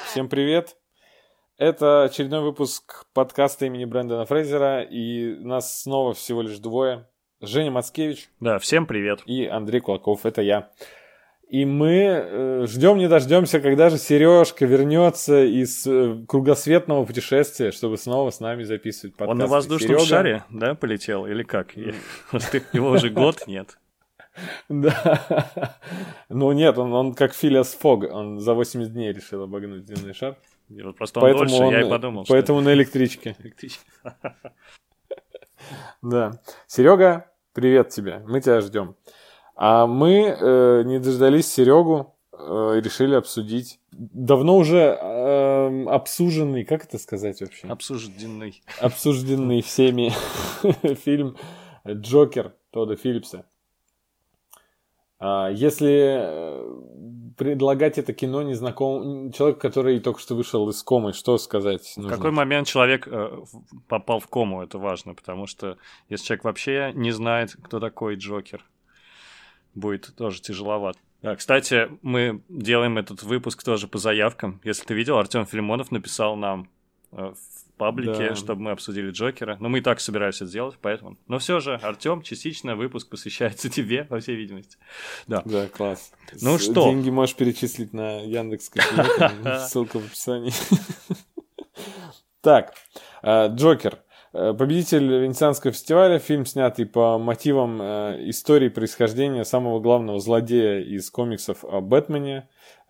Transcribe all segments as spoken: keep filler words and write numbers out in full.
Всем привет! Это очередной выпуск подкаста имени Брэндона Фрейзера, и нас снова всего лишь двое. Женя Мацкевич. Да, всем привет. И Андрей Кулаков, это я. И мы э, ждем не дождемся, когда же Сережка вернется из э, кругосветного путешествия, чтобы снова с нами записывать подкасты. Он на воздушном Серега... шаре, да, полетел, или как? Его уже год нет. Да. Ну нет, он, он как Филиас Фог, он за восемьдесят дней решил обогнуть земной шар. Вот просто он поэтому дольше, он, я и подумал, поэтому что... на электричке. Да. Серега, привет тебе, мы тебя ждем. А мы э, не дождались Серегу э, и решили обсудить давно уже э, обсуженный, как это сказать вообще? Обсужденный. Обсужденный всеми фильм «Джокер» Тодда Филлипса. Если предлагать это кино незнакомому человеку, который только что вышел из комы, что сказать нужно? В какой момент человек э, попал в кому, это важно, потому что если человек вообще не знает, кто такой Джокер, будет тоже тяжеловато. Да, кстати, мы делаем этот выпуск тоже по заявкам. Если ты видел, Артём Филимонов написал нам э, в паблике, да, чтобы мы обсудили Джокера. Но мы и так собирались это сделать, поэтому... Но все же, Артём, частично выпуск посвящается тебе, по всей видимости. Да, да, класс. Ну С- что? Деньги можешь перечислить на Яндекс.Кошелек, ссылка в описании. Так, Джокер. Победитель Венецианского фестиваля, фильм, снятый по мотивам истории происхождения самого главного злодея из комиксов о Бэтмене.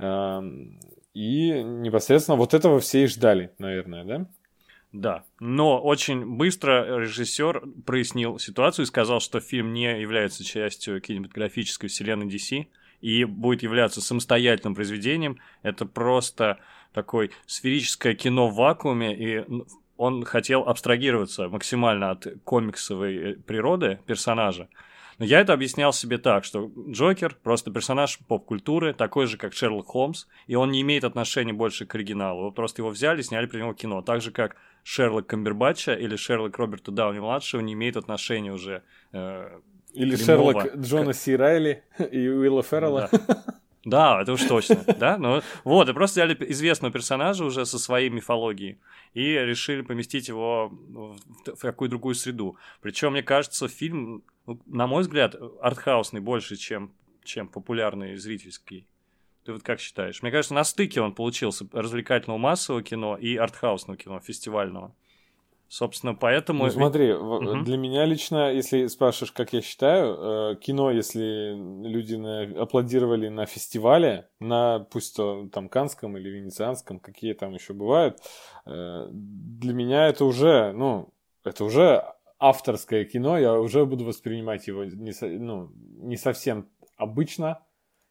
И непосредственно вот этого все и ждали, наверное, да? Да, но очень быстро режиссер прояснил ситуацию и сказал, что фильм не является частью кинематографической вселенной ди си и будет являться самостоятельным произведением. Это просто такое сферическое кино в вакууме, и он хотел абстрагироваться максимально от комиксовой природы персонажа. Но я это объяснял себе так, что Джокер просто персонаж поп-культуры, такой же, как Шерлок Холмс, и он не имеет отношения больше к оригиналу. Вот просто его взяли, сняли про него кино. Так же, как Шерлок Камбербатча или Шерлок Роберта Дауни-младшего не имеет отношения уже э, Или прямого... Шерлок Джона Си Райли и Уилла Феррелла. Да. Да, это уж точно, да, ну вот, и просто взяли известного персонажа уже со своей мифологией и решили поместить его в, в какую другую среду. Причем, мне кажется, фильм, на мой взгляд, артхаусный больше, чем, чем популярный зрительский. Ты вот как считаешь? Мне кажется, на стыке он получился развлекательного массового кино и артхаусного кино, фестивального. Собственно, поэтому... Ну смотри, угу. Для меня лично, если спрашиваешь, как я считаю, кино, если люди на... аплодировали на фестивале, на пусть то там Каннском или Венецианском, какие там еще бывают, для меня это уже, ну, это уже авторское кино, я уже буду воспринимать его не, ну, не совсем обычно,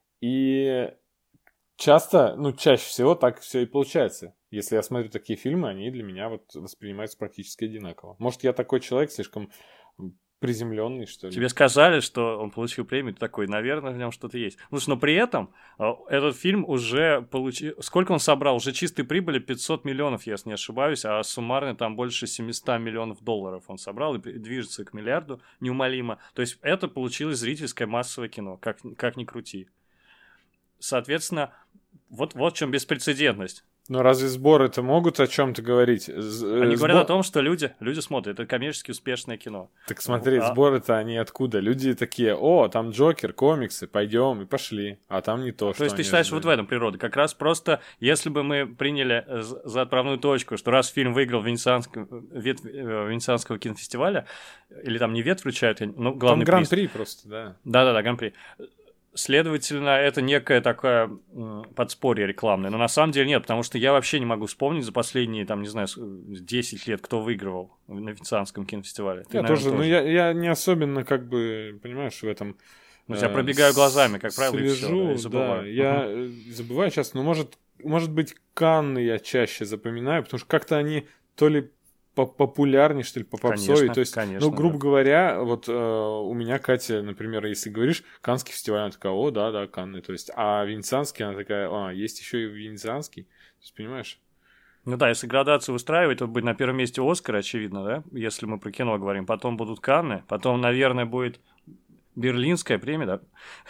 и часто, ну, чаще всего так все и получается. Если я смотрю такие фильмы, они для меня вот воспринимаются практически одинаково. Может, я такой человек слишком приземленный, что ли? Тебе сказали, что он получил премию, ты такой, наверное, в нем что-то есть. Ну, но при этом этот фильм уже получил... Сколько он собрал? Уже чистой прибыли пятьсот миллионов, если не ошибаюсь, а суммарно там больше семьсот миллионов долларов он собрал и движется к миллиарду неумолимо. То есть это получилось зрительское массовое кино, как, как ни крути. Соответственно, вот, вот в чем беспрецедентность. Но разве сборы-то могут о чем-то говорить? Они Сбор... говорят о том, что люди, люди смотрят. Это коммерчески успешное кино. Так смотри, а... сборы-то они откуда? Люди такие, о, там Джокер, комиксы, пойдем, и пошли. А там не то, то что есть ты считаешь, ожидали. Вот в этом природа. Как раз просто, если бы мы приняли за отправную точку, что раз фильм выиграл Венецианского, ветвь Венецианского кинофестиваля, или там не ветвь вручают, ну, главный там приз. Гран-при просто, да. Да-да-да, Гран-при. Следовательно, это некое такое подспорье рекламное. Но на самом деле нет, потому что я вообще не могу вспомнить за последние, там, не знаю, десять лет, кто выигрывал на Венецианском кинофестивале. Ты, я наверное, тоже, тоже. ну я, я не особенно, как бы, понимаешь, в этом... Ну, я пробегаю глазами, как правило, слежу, и все, да, да, я угу. забываю часто, но может, может быть, Канны я чаще запоминаю, потому что как-то они то ли популярнее, что ли, по попсовой. Конечно, то есть, конечно, ну, грубо да. говоря, вот э, у меня Катя, например, если говоришь Каннский фестиваль, она такая, о, да, да, Канны. То есть, а Венецианский, она такая, а, есть еще и Венецианский. То есть, понимаешь? Ну да, если градацию выстраивать, то будет на первом месте Оскар, очевидно, да, если мы про кино говорим. Потом будут Канны, потом, наверное, будет Берлинская премия, да.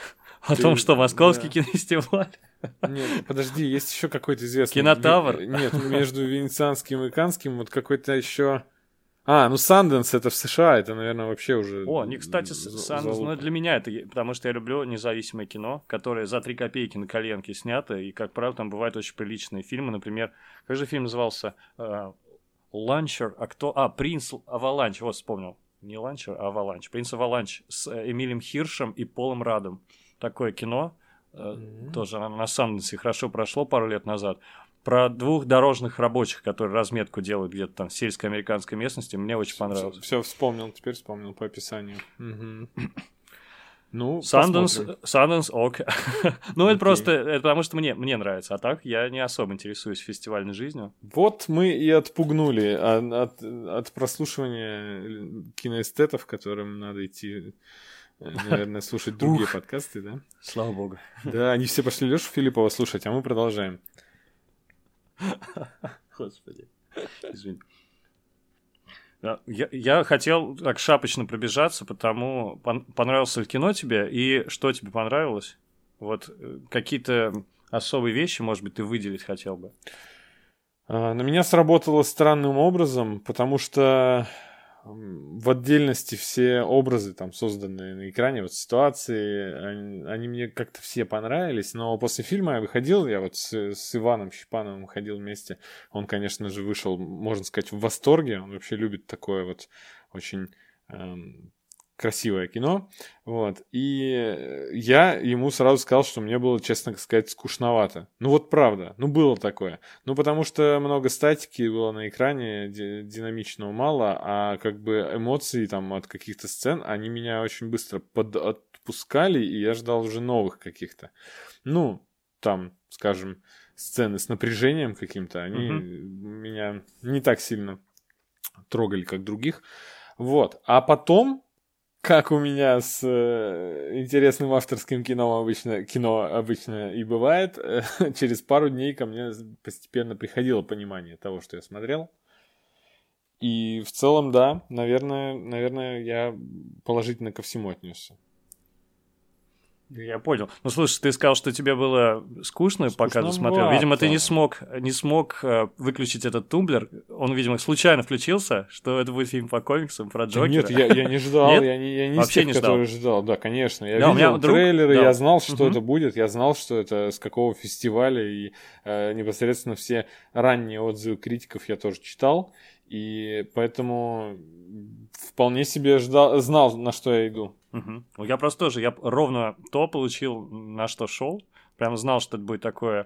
О том, что Московский кинофестиваль? Нет, подожди, есть еще какой-то известный... Кинотавр? Нет, между Венецианским и Каннским вот какой-то еще... А, ну Санденс это в США, это, наверное, вообще уже... О, не, кстати, Санденс, ну для меня это, потому что я люблю независимое кино, которое за три копейки на коленке снято, и, как правило, там бывают очень приличные фильмы, например, как же фильм назывался? Ланчер, а кто? А, Принц Аваланч, вот вспомнил. Не Ланчер, а Аваланч. Принц Аваланч с Эмилием Хиршем и Полом Радом. Такое кино, mm-hmm. тоже на Санденсе хорошо прошло пару лет назад. Про двух дорожных рабочих, которые разметку делают где-то там в сельской американской местности, мне очень понравилось. Все, вспомнил, теперь вспомнил по описанию. Угу. Ну, Санденс, Санденс, ок. Ну, это просто, это потому что мне, мне нравится, а так я не особо интересуюсь фестивальной жизнью. Вот мы и отпугнули от, от прослушивания киноэстетов, которым надо идти, наверное, слушать другие подкасты, да? Слава богу. Да, они все пошли Лешу Филиппова слушать, а мы продолжаем. Господи, извини. Я, я хотел так шапочно пробежаться, потому пон, понравилось ли кино тебе и что тебе понравилось? Вот какие-то особые вещи, может быть, ты выделить хотел бы? На меня сработало странным образом, потому что в отдельности все образы, там, созданные на экране, вот ситуации, они, они мне как-то все понравились, но после фильма я выходил, я вот с, с Иваном Щепановым ходил вместе, он, конечно же, вышел, можно сказать, в восторге, он вообще любит такое вот очень эм, красивое кино, вот, и я ему сразу сказал, что мне было, честно сказать, скучновато. Ну вот правда, ну было такое. Ну потому что много статики было на экране, динамичного мало, а как бы эмоции там от каких-то сцен, они меня очень быстро подотпускали, и я ждал уже новых каких-то. Ну, там, скажем, сцены с напряжением каким-то, они mm-hmm. меня не так сильно трогали, как других. Вот, а потом... Как у меня с э, интересным авторским кино обычно, кино обычно и бывает, э, через пару дней ко мне постепенно приходило понимание того, что я смотрел. И в целом, да, наверное, наверное, я положительно ко всему отнесся. Я понял. Ну, слушай, ты сказал, что тебе было скучно, пока ты смотрел. Скучновато. Видимо, ты не смог, не смог э, выключить этот тумблер. Он, видимо, случайно включился, что это будет фильм по комиксам про Джокера. Нет, я, я не ждал. Нет? Я не, я не Вообще из тех, не который ждал. Да, конечно. Я да, видел друг... трейлеры, да. я знал, что угу. это будет. Я знал, что это с какого фестиваля. И э, непосредственно все ранние отзывы критиков я тоже читал. И поэтому вполне себе ждал, знал, на что я иду. Угу. Ну, я просто тоже, я ровно то получил, на что шел. Прям знал, что это будет такое,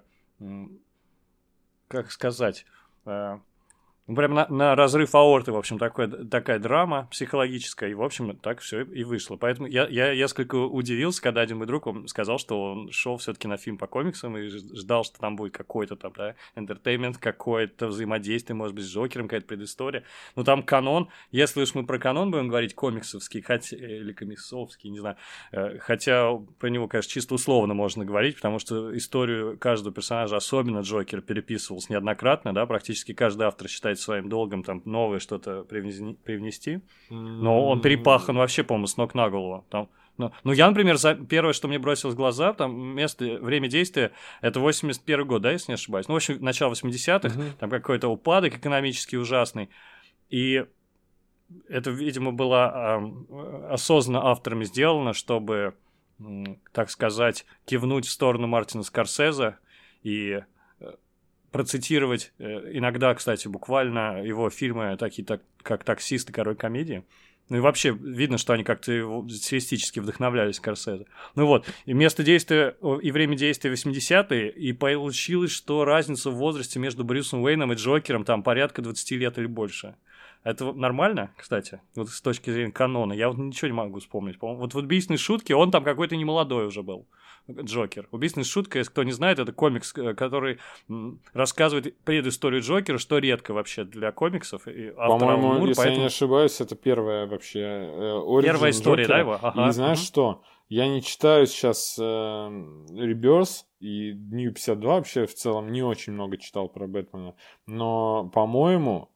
как сказать, э, прям на, на разрыв аорты, в общем, такое, такая драма психологическая, и, в общем, так все и вышло. Поэтому я, я несколько удивился, когда один мой друг он сказал, что он шел все-таки на фильм по комиксам и ждал, что там будет какой-то там, да, entertainment, какое-то взаимодействие, может быть, с Джокером, какая-то предыстория. Ну, там канон, если уж мы про канон будем говорить, комиксовский, хотя, или комиксовский, не знаю, хотя про него, конечно, чисто условно можно говорить, потому что историю каждого персонажа, особенно Джокер, переписывался неоднократно, да, практически каждый автор считает своим долгом там новое что-то привнести, но он перепахан вообще, по-моему, с ног на голову. Там, ну, ну, я, например, за... первое, что мне бросилось в глаза, там место, время действия, это восемьдесят первый год, да, если не ошибаюсь, ну, в общем, начало восьмидесятых, uh-huh. там какой-то упадок экономический ужасный, и это, видимо, было э, осознанно авторами сделано, чтобы, э, так сказать, кивнуть в сторону Мартина Скорсезе и процитировать иногда, кстати, буквально его фильмы, такие так, как «Таксист» и «Король комедии». Ну и вообще видно, что они как-то стилистически вдохновлялись Скорсезе. Ну вот, и место действия и время действия восьмидесятые, и получилось, что разница в возрасте между Брюсом Уэйном и Джокером там порядка двадцать лет или больше. Это нормально, кстати, вот с точки зрения канона? Я вот ничего не могу вспомнить. Вот в «Убийственной шутке» он там какой-то немолодой уже был, Джокер. «Убийственная шутка», если кто не знает, это комикс, который рассказывает предысторию Джокера, что редко вообще для комиксов. И По-моему, Мур, если поэтому... я не ошибаюсь, это первая вообще э, Первая история, Джокера. Да, его? Ага. И знаешь угу. что? Я не читаю сейчас э, Rebirth и New пятьдесят два вообще в целом не очень много читал про Бэтмена. Но, по-моему,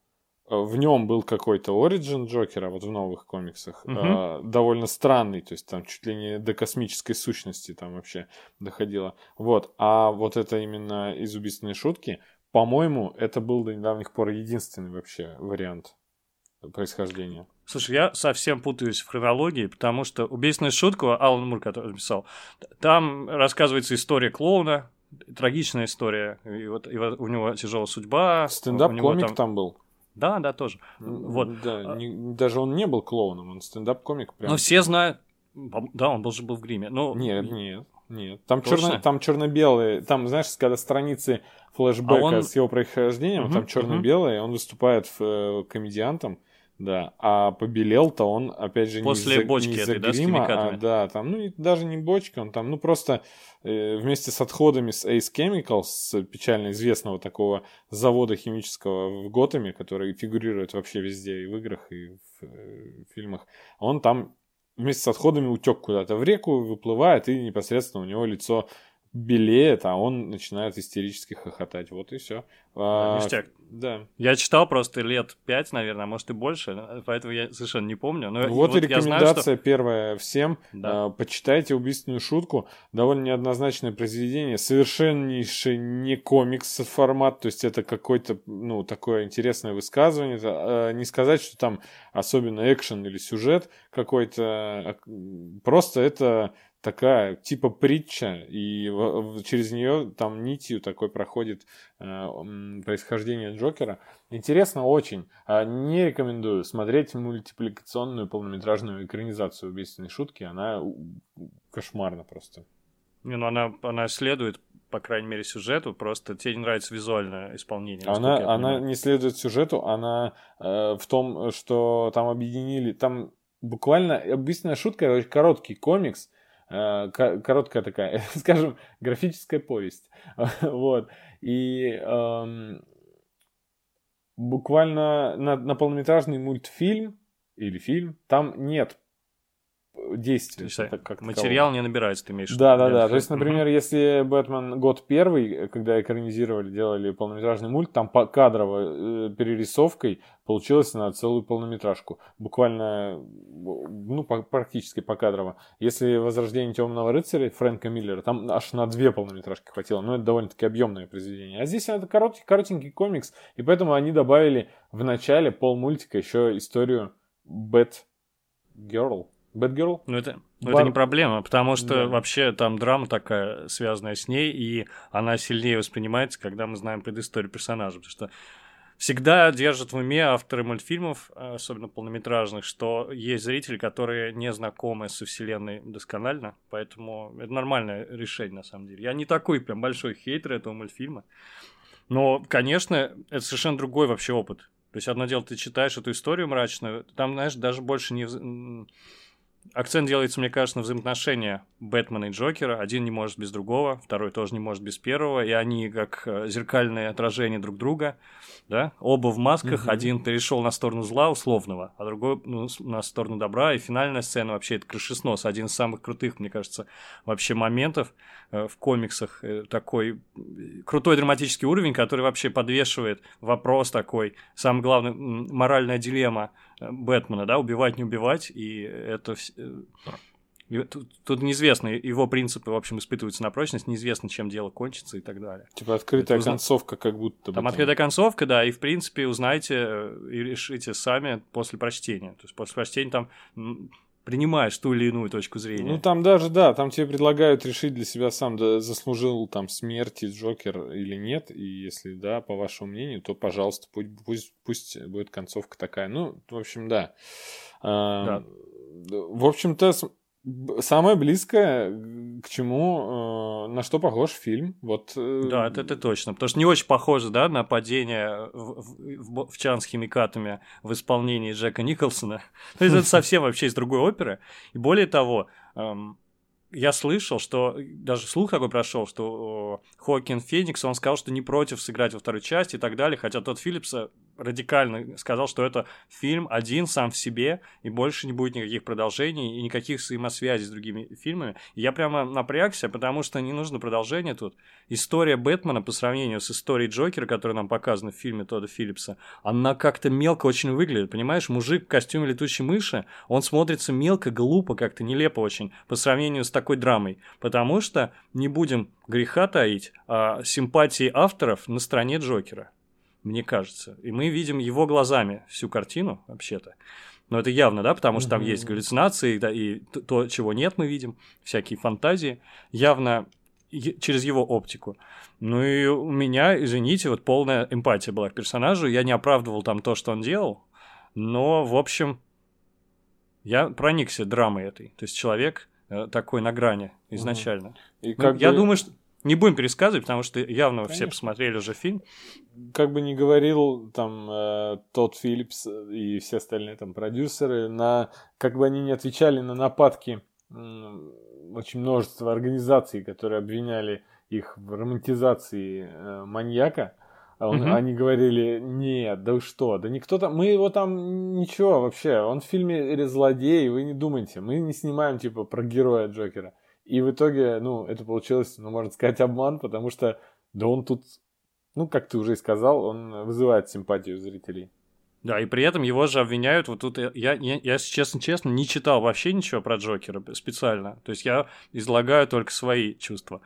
в нем был какой-то оригин Джокера, вот в новых комиксах, Угу. э, довольно странный, то есть там чуть ли не до космической сущности там вообще доходило. Вот, а вот это именно из «Убийственной шутки», по-моему, это был до недавних пор единственный вообще вариант происхождения. Слушай, я совсем путаюсь в хронологии, потому что «Убийственную шутку» Алан Мур, который написал, там рассказывается история клоуна, трагичная история, и вот, и вот у него тяжелая судьба. Стендап-комик там... там был. Да, да, тоже. Вот. Да, не, даже он не был клоуном, он стендап-комик. Прям. Но все знают. Да, он должен был в гриме. Но... Нет, нет, нет. Там, черно, там черно-белые, там, знаешь, когда страницы флешбека а он... с его происхождением, угу, там черно-белые, угу. Он выступает в, э, комедиантом. Да, а побелел-то он, опять же, после не из-за, бочки не из-за этой, грима, да, а да, там, ну, даже не бочки, он там, ну, просто э, вместе с отходами с Ace Chemicals, с печально известного такого завода химического в Готэме, который фигурирует вообще везде, и в играх, и в э, фильмах, он там вместе с отходами утек куда-то в реку, выплывает, и непосредственно у него лицо белеет, а он начинает истерически хохотать. Вот и все. А, ништяк. Да. Я читал просто лет пять, наверное, а может и больше, поэтому я совершенно не помню. Но вот, вот и рекомендация знаю, что... первая всем. Да. А, почитайте «Убийственную шутку». Довольно неоднозначное произведение. Совершеннейший не комикс формат, то есть это какое-то, ну, такое интересное высказывание. А, не сказать, что там особенно экшен или сюжет какой-то. Просто это... такая типа притча, и в, в, через нее там нитью такой проходит э, происхождение Джокера. Интересно очень. А не рекомендую смотреть мультипликационную полнометражную экранизацию «Убийственной шутки». Она кошмарна просто. Не, ну она, она следует, по крайней мере, сюжету, просто тебе не нравится визуальное исполнение. Она, она не следует сюжету, она э, в том, что там объединили... Там буквально «Убийственная шутка» — это короткий комикс, короткая такая, скажем, графическая повесть. Вот. И эм, буквально на, на полнометражный мультфильм или фильм там нет действия. Есть, как материал не набирается, ты имеешь в виду? Да, да, да. То есть, например, угу. если «Бэтмен. Год первый», когда экранизировали, делали полнометражный мульт, там по кадрово э, перерисовкой получилось на целую полнометражку. Буквально, ну, по, практически по кадрово. Если «Возрождение Темного рыцаря» Фрэнка Миллера, там аж на две полнометражки хватило. Но это довольно-таки объемное произведение. А здесь это короткий, коротенький комикс, и поэтому они добавили в начале полмультика еще историю Бэтгерл. Бэтгерл? Ну, это, ну Бар... это не проблема, потому что да. вообще там драма такая, связанная с ней, и она сильнее воспринимается, когда мы знаем предысторию персонажа. Потому что всегда держат в уме авторы мультфильмов, особенно полнометражных, что есть зрители, которые не знакомы со вселенной досконально, поэтому это нормальное решение, на самом деле. Я не такой прям большой хейтер этого мультфильма, но, конечно, это совершенно другой вообще опыт. То есть одно дело, ты читаешь эту историю мрачную, там, знаешь, даже больше не... Акцент делается, мне кажется, на взаимоотношения Бэтмена и Джокера. Один не может без другого, второй тоже не может без первого. И они как зеркальное отражение друг друга. Да? Оба в масках. Mm-hmm. Один перешел на сторону зла условного, а другой ну, на сторону добра. И финальная сцена вообще это крышеснос. Один из самых крутых, мне кажется, вообще моментов в комиксах. Такой крутой драматический уровень, который вообще подвешивает вопрос такой. Самый главный, моральная дилемма Бэтмена, да, убивать, не убивать. И это Тут, тут неизвестно, его принципы, в общем, испытываются на прочность, неизвестно, чем дело кончится и так далее. Типа открытая узна... концовка, как будто бы. Там, там открытая концовка, да, и, в принципе, узнайте и решите сами после прочтения. То есть после прочтения там принимаешь ту или иную точку зрения. Ну, там даже, да, там тебе предлагают решить для себя сам, да, заслужил там смерти Джокер или нет, и если да, по вашему мнению, то, пожалуйста, пусть, пусть, пусть будет концовка такая. Ну, в общем, да. Да. В общем-то, самое близкое к чему, на что похож фильм. Вот. Да, это, это точно. Потому что не очень похоже, да, на падение в, в, в чан с химикатами в исполнении Джека Николсона. То есть это совсем вообще из другой оперы. И более того, эм, я слышал, что даже слух такой прошел, что Хоакин Феникс, он сказал, что не против сыграть во второй части и так далее, хотя Тодд Филлипс радикально сказал, что это фильм один сам в себе, и больше не будет никаких продолжений и никаких взаимосвязей с другими фильмами. И я прямо напрягся, потому что не нужно продолжение тут. История Бэтмена по сравнению с историей Джокера, которая нам показана в фильме Тодда Филлипса, она как-то мелко очень выглядит, понимаешь? Мужик в костюме летучей мыши, он смотрится мелко, глупо, как-то нелепо очень по сравнению с такой драмой, потому что, не будем греха таить, а симпатии авторов на стороне Джокера. Мне кажется. И мы видим его глазами всю картину, вообще-то. Но это явно, да, потому что там есть галлюцинации, да, и то, чего нет, мы видим, всякие фантазии, явно через его оптику. Ну и у меня, извините, вот полная эмпатия была к персонажу, я не оправдывал там то, что он делал, но, в общем, я проникся драмой этой. То есть человек такой на грани изначально. И ну, я бы... думаю, что... Не будем пересказывать, потому что явно Конечно. Все посмотрели уже фильм. Как бы ни говорил там э, Тодд Филлипс и все остальные там продюсеры, на, как бы они ни отвечали на нападки э, очень множество организаций, которые обвиняли их в романтизации э, маньяка, он, угу. они говорили, нет, да вы что, да никто там, мы его там, ничего вообще, он в фильме злодей, вы не думайте, мы не снимаем типа про героя Джокера. И в итоге, ну, это получилось, ну, можно сказать, обман, потому что, да он тут, ну, как ты уже и сказал, он вызывает симпатию зрителей. Да, и при этом его же обвиняют, вот тут я, я, я честно-честно, не читал вообще ничего про Джокера специально, то есть я излагаю только свои чувства.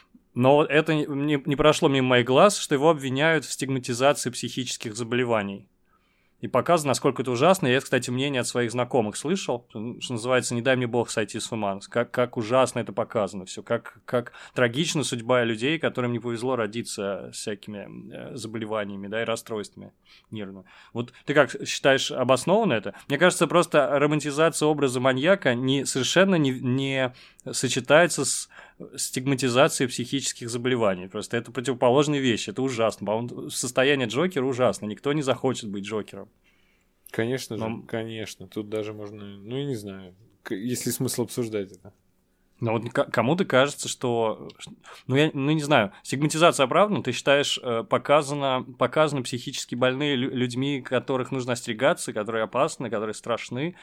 Но это не, не прошло мимо моих глаз, что его обвиняют в стигматизации психических заболеваний. И показано, насколько это ужасно. Я, кстати, мнение от своих знакомых слышал, что называется, не дай мне бог сойти с ума. Как, как ужасно это показано все, как, как трагична судьба людей, которым не повезло родиться с всякими заболеваниями, да, и расстройствами нервными. Вот ты как считаешь, обоснованно это? Мне кажется, просто романтизация образа маньяка не, совершенно не, не сочетается с стигматизацией психических заболеваний. Просто это противоположные вещи, это ужасно. По-моему, состояние Джокера ужасно, никто не захочет быть Джокером. Конечно же, Но... конечно. Тут даже можно, ну, я не знаю, есть ли смысл обсуждать это. Но вот кому-то кажется, что, ну, я ну, не знаю, стигматизация оправдана, ты считаешь, показано, показаны психически больные людьми, которых нужно остерегаться, которые опасны, которые страшны.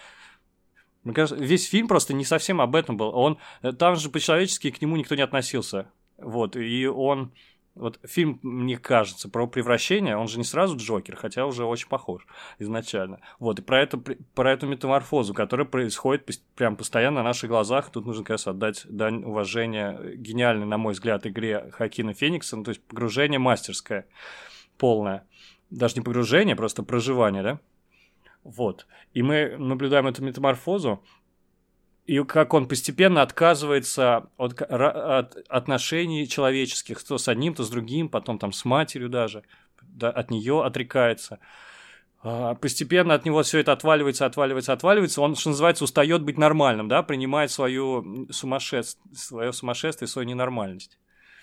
Мне кажется, весь фильм просто не совсем об этом был. Он, там же по-человечески к нему никто не относился. Вот, и он... Вот фильм, мне кажется, про превращение, он же не сразу Джокер, хотя уже очень похож изначально. Вот, и про, это, про эту метаморфозу, которая происходит прям постоянно на наших глазах. Тут нужно, конечно, отдать дань уважения гениальной, на мой взгляд, игре Хоакина Феникса, ну, то есть погружение мастерское, полное. Даже не погружение, просто проживание, да? Вот. И мы наблюдаем эту метаморфозу, и как он постепенно отказывается от, от отношений человеческих, то с одним, то с другим, потом там с матерью даже, да, от нее отрекается. Постепенно от него все это отваливается, отваливается, отваливается. Он, что называется, устает быть нормальным, да, принимает свою сумасшествие, свое сумасшествие, свою ненормальность.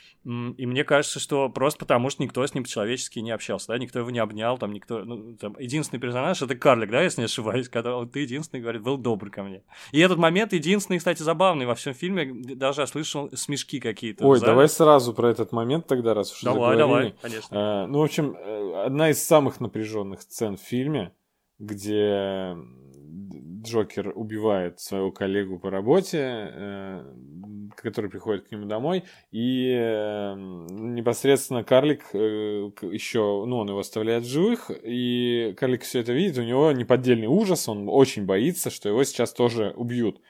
И мне кажется, что просто потому, что никто с ним по-человечески не общался, да, никто его не обнял, там, никто, ну, там, единственный персонаж — это карлик, да, если не ошибаюсь, когда ты единственный, говорит, был добрый ко мне. И этот момент единственный, кстати, забавный во всем фильме, даже я слышал смешки какие-то. Ой, давай сразу про этот момент тогда, раз уж давай, заговорили. Давай, конечно. А, ну, в общем, одна из самых напряженных сцен в фильме, где Джокер убивает своего коллегу по работе, который приходит к нему домой, и непосредственно карлик еще, ну, он его оставляет в живых, и карлик все это видит, у него неподдельный ужас, он очень боится, что его сейчас тоже убьют.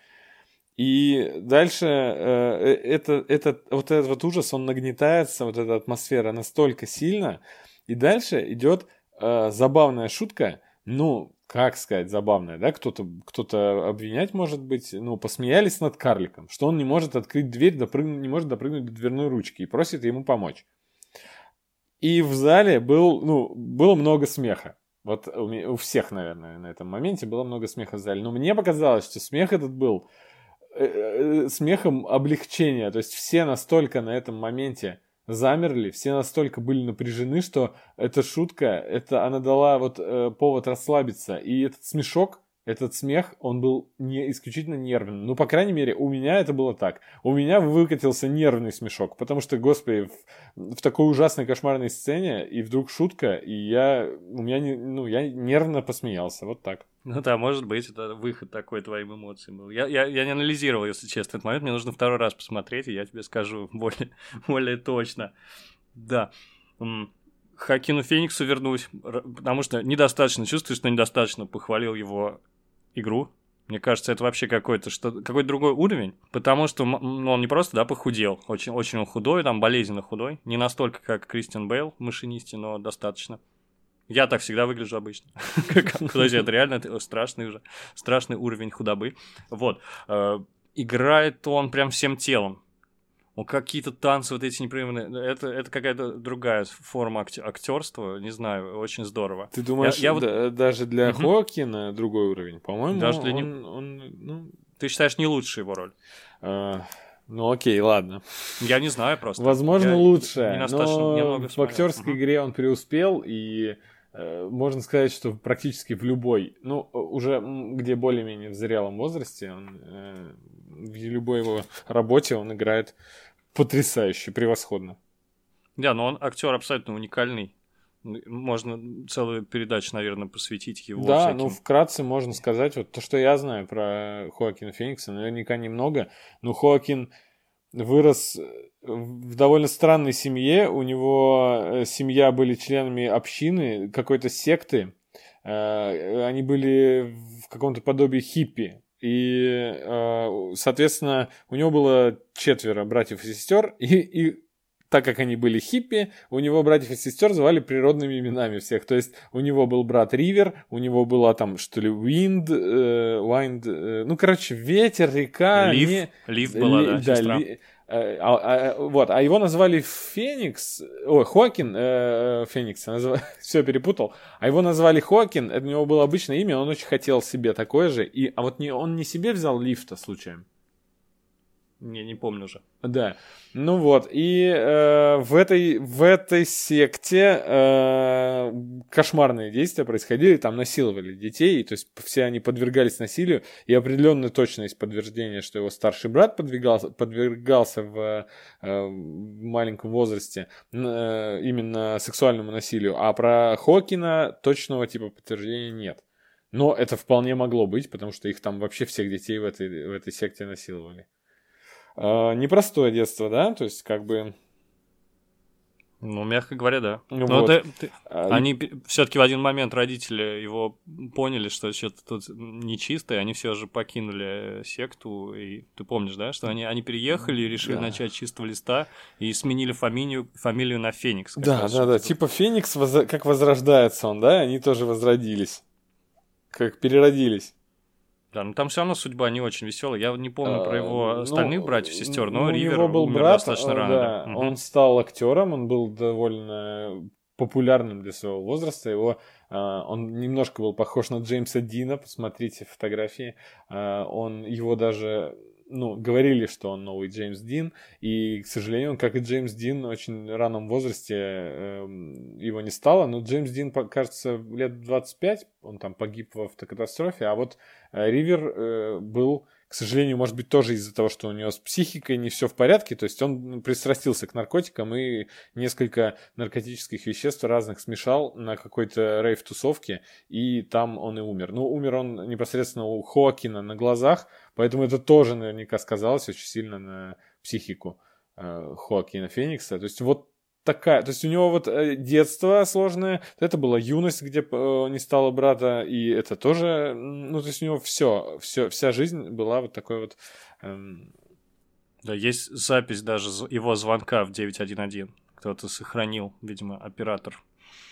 И дальше это, это, вот этот вот ужас, он нагнетается, вот эта атмосфера настолько сильно, и дальше идет забавная шутка, ну, как сказать, забавная, да, кто-то, кто-то обвинять, может быть, ну, посмеялись над карликом, что он не может открыть дверь, допрыгнуть, не может допрыгнуть до дверной ручки и просит ему помочь. И в зале был, ну, было много смеха. Вот у, меня, у всех, наверное, на этом моменте было много смеха в зале. Но мне показалось, что смех этот был э, э, смехом облегчения. То есть все настолько на этом моменте замерли, все настолько были напряжены, что эта шутка, это она дала вот э, повод расслабиться. И этот смешок, этот смех, он был не исключительно нервным. Ну, по крайней мере, у меня это было так. У меня выкатился нервный смешок, потому что, господи, в, в такой ужасной кошмарной сцене, и вдруг шутка, и я, у меня, не, ну, я нервно посмеялся, вот так. Ну да, может быть, это выход такой твоим эмоциям был. Я, я, я не анализировал, если честно, этот момент. Мне нужно второй раз посмотреть, и я тебе скажу более, более точно. Да. Хоакину Фениксу вернусь, потому что недостаточно, чувствую, что недостаточно похвалил его игру. Мне кажется, это вообще какой-то, что, какой-то другой уровень, потому что ну, он не просто, да, похудел, очень, очень он худой, там, болезненно худой, не настолько, как Кристиан Бейл в «Машинисте», но достаточно. Я так всегда выгляжу обычно. Подожди, это реально страшный уже, страшный уровень худобы. Вот. Играет он прям всем телом. Ну, какие-то танцы вот эти непрерывные. Это, это какая-то другая форма актерства. Не знаю, очень здорово. Ты думаешь, я, я да, вот... даже для угу. Хоакина другой уровень? По-моему, даже для он, не... он, ну... Ты считаешь, не лучшая его роль? А, ну, окей, ладно. Я не знаю просто. Возможно, я лучшая, но в актерской угу. игре он преуспел, и э, можно сказать, что практически в любой, ну, уже где более-менее в зрелом возрасте, он, э, в любой его работе он играет потрясающе, превосходно. Да, но он актер абсолютно уникальный. Можно целую передачу, наверное, посвятить его да, всяким... ну, вкратце можно сказать, вот то, что я знаю про Хоакина Феникса, наверняка немного, но Хоакин вырос в довольно странной семье, у него семья были членами общины, какой-то секты, они были в каком-то подобии хиппи. И, соответственно, у него было четверо братьев и сестер, и, и так как они были хиппи, у него братьев и сестер звали природными именами всех. То есть у него был брат Ривер, у него была там, что ли, Wind, э, Wind, э, ну, короче, ветер, река. Лив, не... Лив была, да, да, сестра. Ли... А, а, вот, а его назвали Феникс, ой, Хоакин, э, Феникс, назв... все перепутал, а его назвали Хоакин, это у него было обычное имя, он очень хотел себе такое же, и, а вот не, он не себе взял Лифта случаем? Не, не помню уже. Да, ну вот, и э, в, этой, в этой секте э, кошмарные действия происходили, там насиловали детей, то есть все они подвергались насилию, и определенно точно есть подтверждение, что его старший брат подвергался, подвергался в, э, в маленьком возрасте э, именно сексуальному насилию, а про Хоакина точного типа подтверждения нет. Но это вполне могло быть, потому что их там вообще всех детей в этой, в этой секте насиловали. Непростое детство, да? То есть, как бы... Ну, мягко говоря, да. Ну, Но вот. ты, ты... а... Они все-таки в один момент родители его поняли, что что-то тут нечисто, и они все же покинули секту. И ты помнишь, да, что они, они переехали и решили да. начать с чистого листа и сменили фамилию, фамилию на Феникс. Да, да, да. Типа Феникс, воз... как возрождается он, да? Они тоже возродились. Как переродились. Да, но там все равно судьба не очень веселая. Я не помню а, про его остальных ну, братьев и сестер, но ну, Ривер у него был умер брат, достаточно рано. Да, да. Он угу. стал актером, он был довольно популярным для своего возраста. Его, а, он немножко был похож на Джеймса Дина, посмотрите фотографии. А, он его даже... Ну, говорили, что он новый Джеймс Дин, и, к сожалению, он, как и Джеймс Дин, в очень ранном возрасте э, его не стало, но Джеймс Дин, кажется, лет двадцать пять, он там погиб в автокатастрофе, а вот э, Ривер э, был, к сожалению, может быть, тоже из-за того, что у него с психикой не все в порядке, то есть он пристрастился к наркотикам и несколько наркотических веществ разных смешал на какой-то рейв-тусовке, и там он и умер. Ну, умер он непосредственно у Хоакина на глазах, поэтому это тоже наверняка сказалось очень сильно на психику э, Хоакина Феникса. То есть вот такая, то есть у него вот э, детство сложное, это была юность, где э, не стало брата, и это тоже, ну то есть у него все, все, вся жизнь была вот такой вот. Эм... Да, есть запись даже его звонка в девять один один. Кто-то сохранил, видимо, оператор.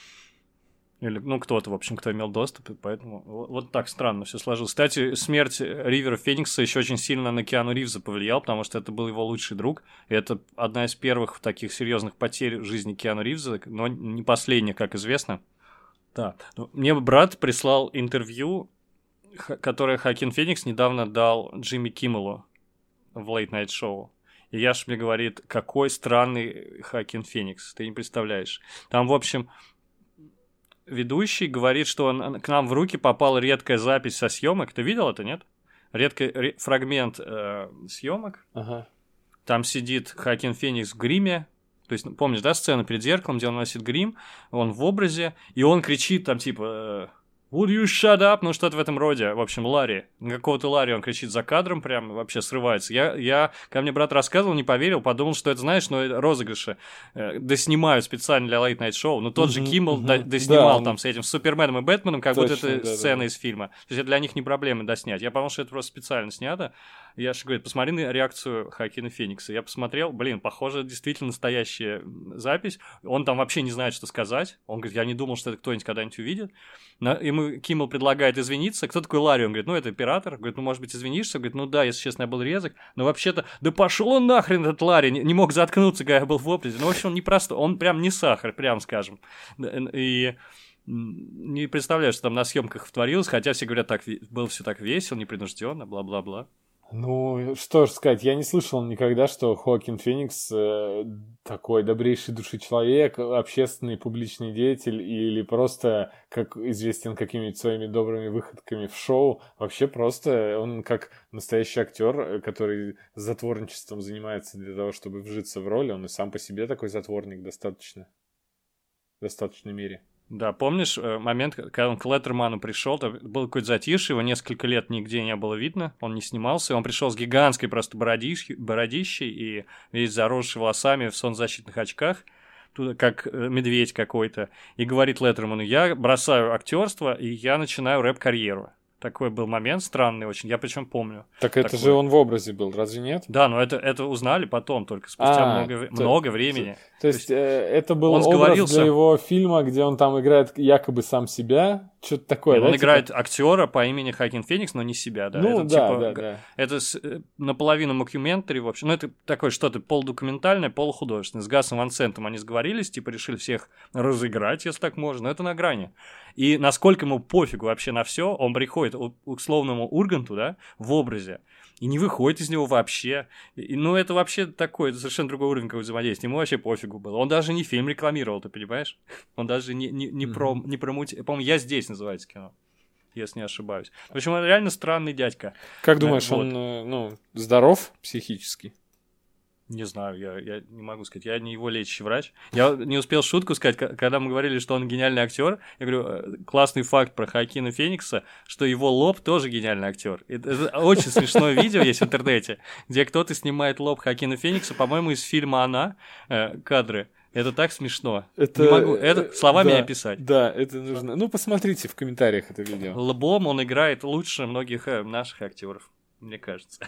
Или, ну, кто-то, в общем, кто имел доступ, и поэтому вот, вот так странно все сложилось. Кстати, смерть Ривера Феникса еще очень сильно на Киану Ривза повлиял, потому что это был его лучший друг, и это одна из первых таких серьезных потерь в жизни Киану Ривза, но не последняя, как известно. Да. Мне брат прислал интервью, которое Хоакин Феникс недавно дал Джимми Киммелу в Late Night Show. И Яш мне говорит, какой странный Хоакин Феникс, ты не представляешь. Там, в общем... ведущий говорит, что он, к нам в руки попала редкая запись со съемок. Ты видел это, нет? Редкий ре- фрагмент э, съемок. Ага. Там сидит Хоакин Феникс в гриме. То есть, помнишь, да, сцену перед зеркалом, где он носит грим, он в образе, и он кричит там типа «Would you shut up?» Ну, что-то в этом роде. В общем, Ларри. Какого-то Ларри он кричит за кадром, прям вообще срывается. Я, я, когда мне брат рассказывал, не поверил, подумал, что это, знаешь, ну, это розыгрыши. Э, доснимают специально для Late Night Show. Ну, тот uh-huh, же Киммел uh-huh. доснимал да, он... там с этим с Суперменом и Бэтменом, как Точно, будто это да, сцена да. из фильма. То есть, это для них не проблема доснять. Я подумал, что это просто специально снято. Я же говорю, посмотри на реакцию Хоакина Феникса. Я посмотрел, блин, похоже, действительно настоящая запись. Он там вообще не знает, что сказать. Он говорит, я не думал, что это кто-нибудь когда-нибудь увидит. Ему Киммел предлагает извиниться. Кто такой Ларри? Он говорит, ну, это оператор. Говорит, ну, может быть, извинишься? Говорит, ну, да, если честно, я был резок. Но вообще-то, да пошел он нахрен, этот Ларри. Не, не мог заткнуться, когда я был в образе. Ну, в общем, он не простой. Он прям не сахар, прям скажем. И... не представляю, что там на съемках творилось, хотя все говорят, так было все так весело, непринужденно, бла-бла-бла. Ну, что ж сказать, я не слышал никогда, что Хоакин Феникс э, такой добрейший души человек, общественный публичный деятель или просто как известен какими-то своими добрыми выходками в шоу. Вообще просто он как настоящий актер, который затворничеством занимается для того, чтобы вжиться в роль, он и сам по себе такой затворник достаточно, в достаточной мере. Да, помнишь момент, когда он к Леттерману пришел, там было какое-то затишье, его несколько лет нигде не было видно, он не снимался, он пришел с гигантской просто бородищей, бородищей и весь заросший волосами в солнцезащитных очках, туда как медведь какой-то, и говорит Леттерману, я бросаю актерство и я начинаю рэп-карьеру. Такой был момент странный очень, я причем помню. Так это такой. Же он в образе был, разве нет? Да, но это, это узнали потом, только спустя а, много, то, много времени. То, то есть, э, это был он образ сговорился... для его фильма, где он там играет якобы сам себя, что-то такое, Нет, да? Он типа... играет актера по имени Хоакин Феникс, но не себя, да. Ну, это, да, типа, да, да. Это с, наполовину мокюментари, в общем. Ну, это такое что-то полудокументальное, полухудожественное. С Гасом Ван Сентом они сговорились, типа, решили всех разыграть, если так можно, но это на грани. И насколько ему пофигу вообще на все, он приходит к условному Урганту, да, в образе, и не выходит из него вообще. И, ну, это вообще такой, это совершенно другой уровень как взаимодействия. Ему вообще пофигу было. Он даже не фильм рекламировал, ты понимаешь? Он даже не, не, не, mm-hmm. про, не промутил. По-моему, «Я здесь» называется кино, если не ошибаюсь. В общем, он реально странный дядька. Как думаешь, вот. он, ну, здоров психически? Не знаю, я, я не могу сказать. Я не его лечащий врач. Я не успел шутку сказать, когда мы говорили, что он гениальный актер. Я говорю, классный факт про Хоакина Феникса, что его лоб тоже гениальный актер. Это, это очень смешное видео есть в интернете, где кто-то снимает лоб Хоакина Феникса, по-моему, из фильма «Она», э, кадры. Это так смешно. Это, не могу это словами да, не описать. Да, это нужно. Ну, посмотрите в комментариях это видео. Лбом он играет лучше многих э, наших актеров, мне кажется.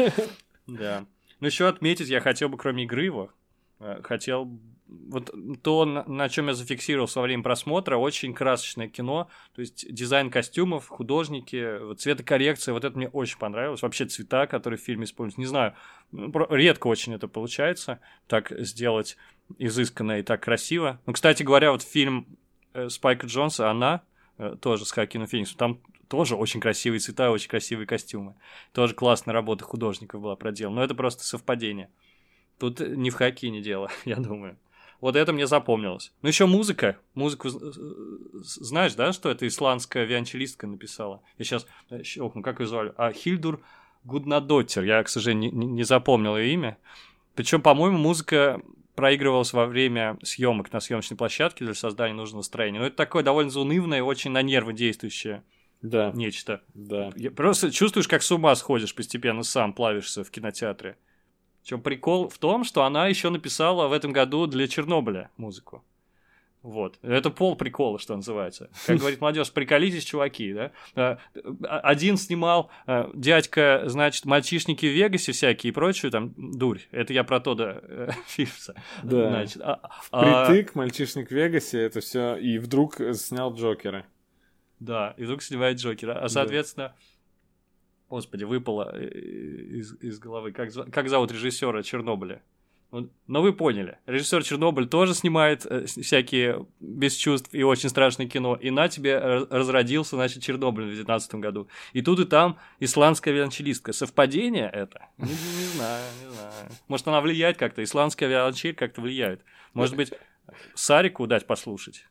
Да. Ну, еще отметить я хотел бы, кроме игры его, хотел... Вот то, на, на чем я зафиксировался во время просмотра, очень красочное кино, то есть дизайн костюмов, художники, вот цветокоррекция, вот это мне очень понравилось. Вообще цвета, которые в фильме используются, не знаю, редко очень это получается, так сделать изысканно и так красиво. Ну, кстати говоря, вот фильм Спайка Джонса «Она», тоже с Хоакином Фениксом, там тоже очень красивые цвета, очень красивые костюмы. Тоже классная работа художников была проделана. Но это просто совпадение. Тут не в Хоакине дело, я думаю. Вот это мне запомнилось. Ну, еще музыка. Музыку знаешь, да, что это исландская виолончелистка написала? Я сейчас щелкну, как ее звали? А, Хильдур Гуднадоттер. Я, к сожалению, не, не запомнил ее имя. Причем, по-моему, музыка проигрывалась во время съемок на съемочной площадке для создания нужного настроения. Но это такое довольно заунывное и очень на нервы действующее да. нечто. Да. Я просто чувствуешь, как с ума сходишь постепенно, сам плавишься в кинотеатре. Причем прикол в том, что она еще написала в этом году для Чернобыля музыку. Вот. Это пол прикола, что называется. Как говорит молодежь, приколитесь, чуваки, да? Один снимал дядька, значит, мальчишники в Вегасе всякие и прочую там дурь. Это я про Тодда Филлипса. Да. Значит, а, Впритык, а... мальчишник в Вегасе, это все. И вдруг снял Джокера. Да, и вдруг снимает Джокера. А, соответственно, да. Господи, выпало из, из головы. Как, как зовут режиссера Чернобыля? Но вы поняли. Режиссер Чернобыль тоже снимает э, всякие без чувств и очень страшное кино. И на тебе разродился, значит, Чернобыль в две тысячи девятнадцатом году. И тут и там исландская виолончелистка. Совпадение это? Не, не знаю, не знаю. Может, она влияет как-то? Исландская виолончель как-то влияет. Может быть, Сарику дать послушать?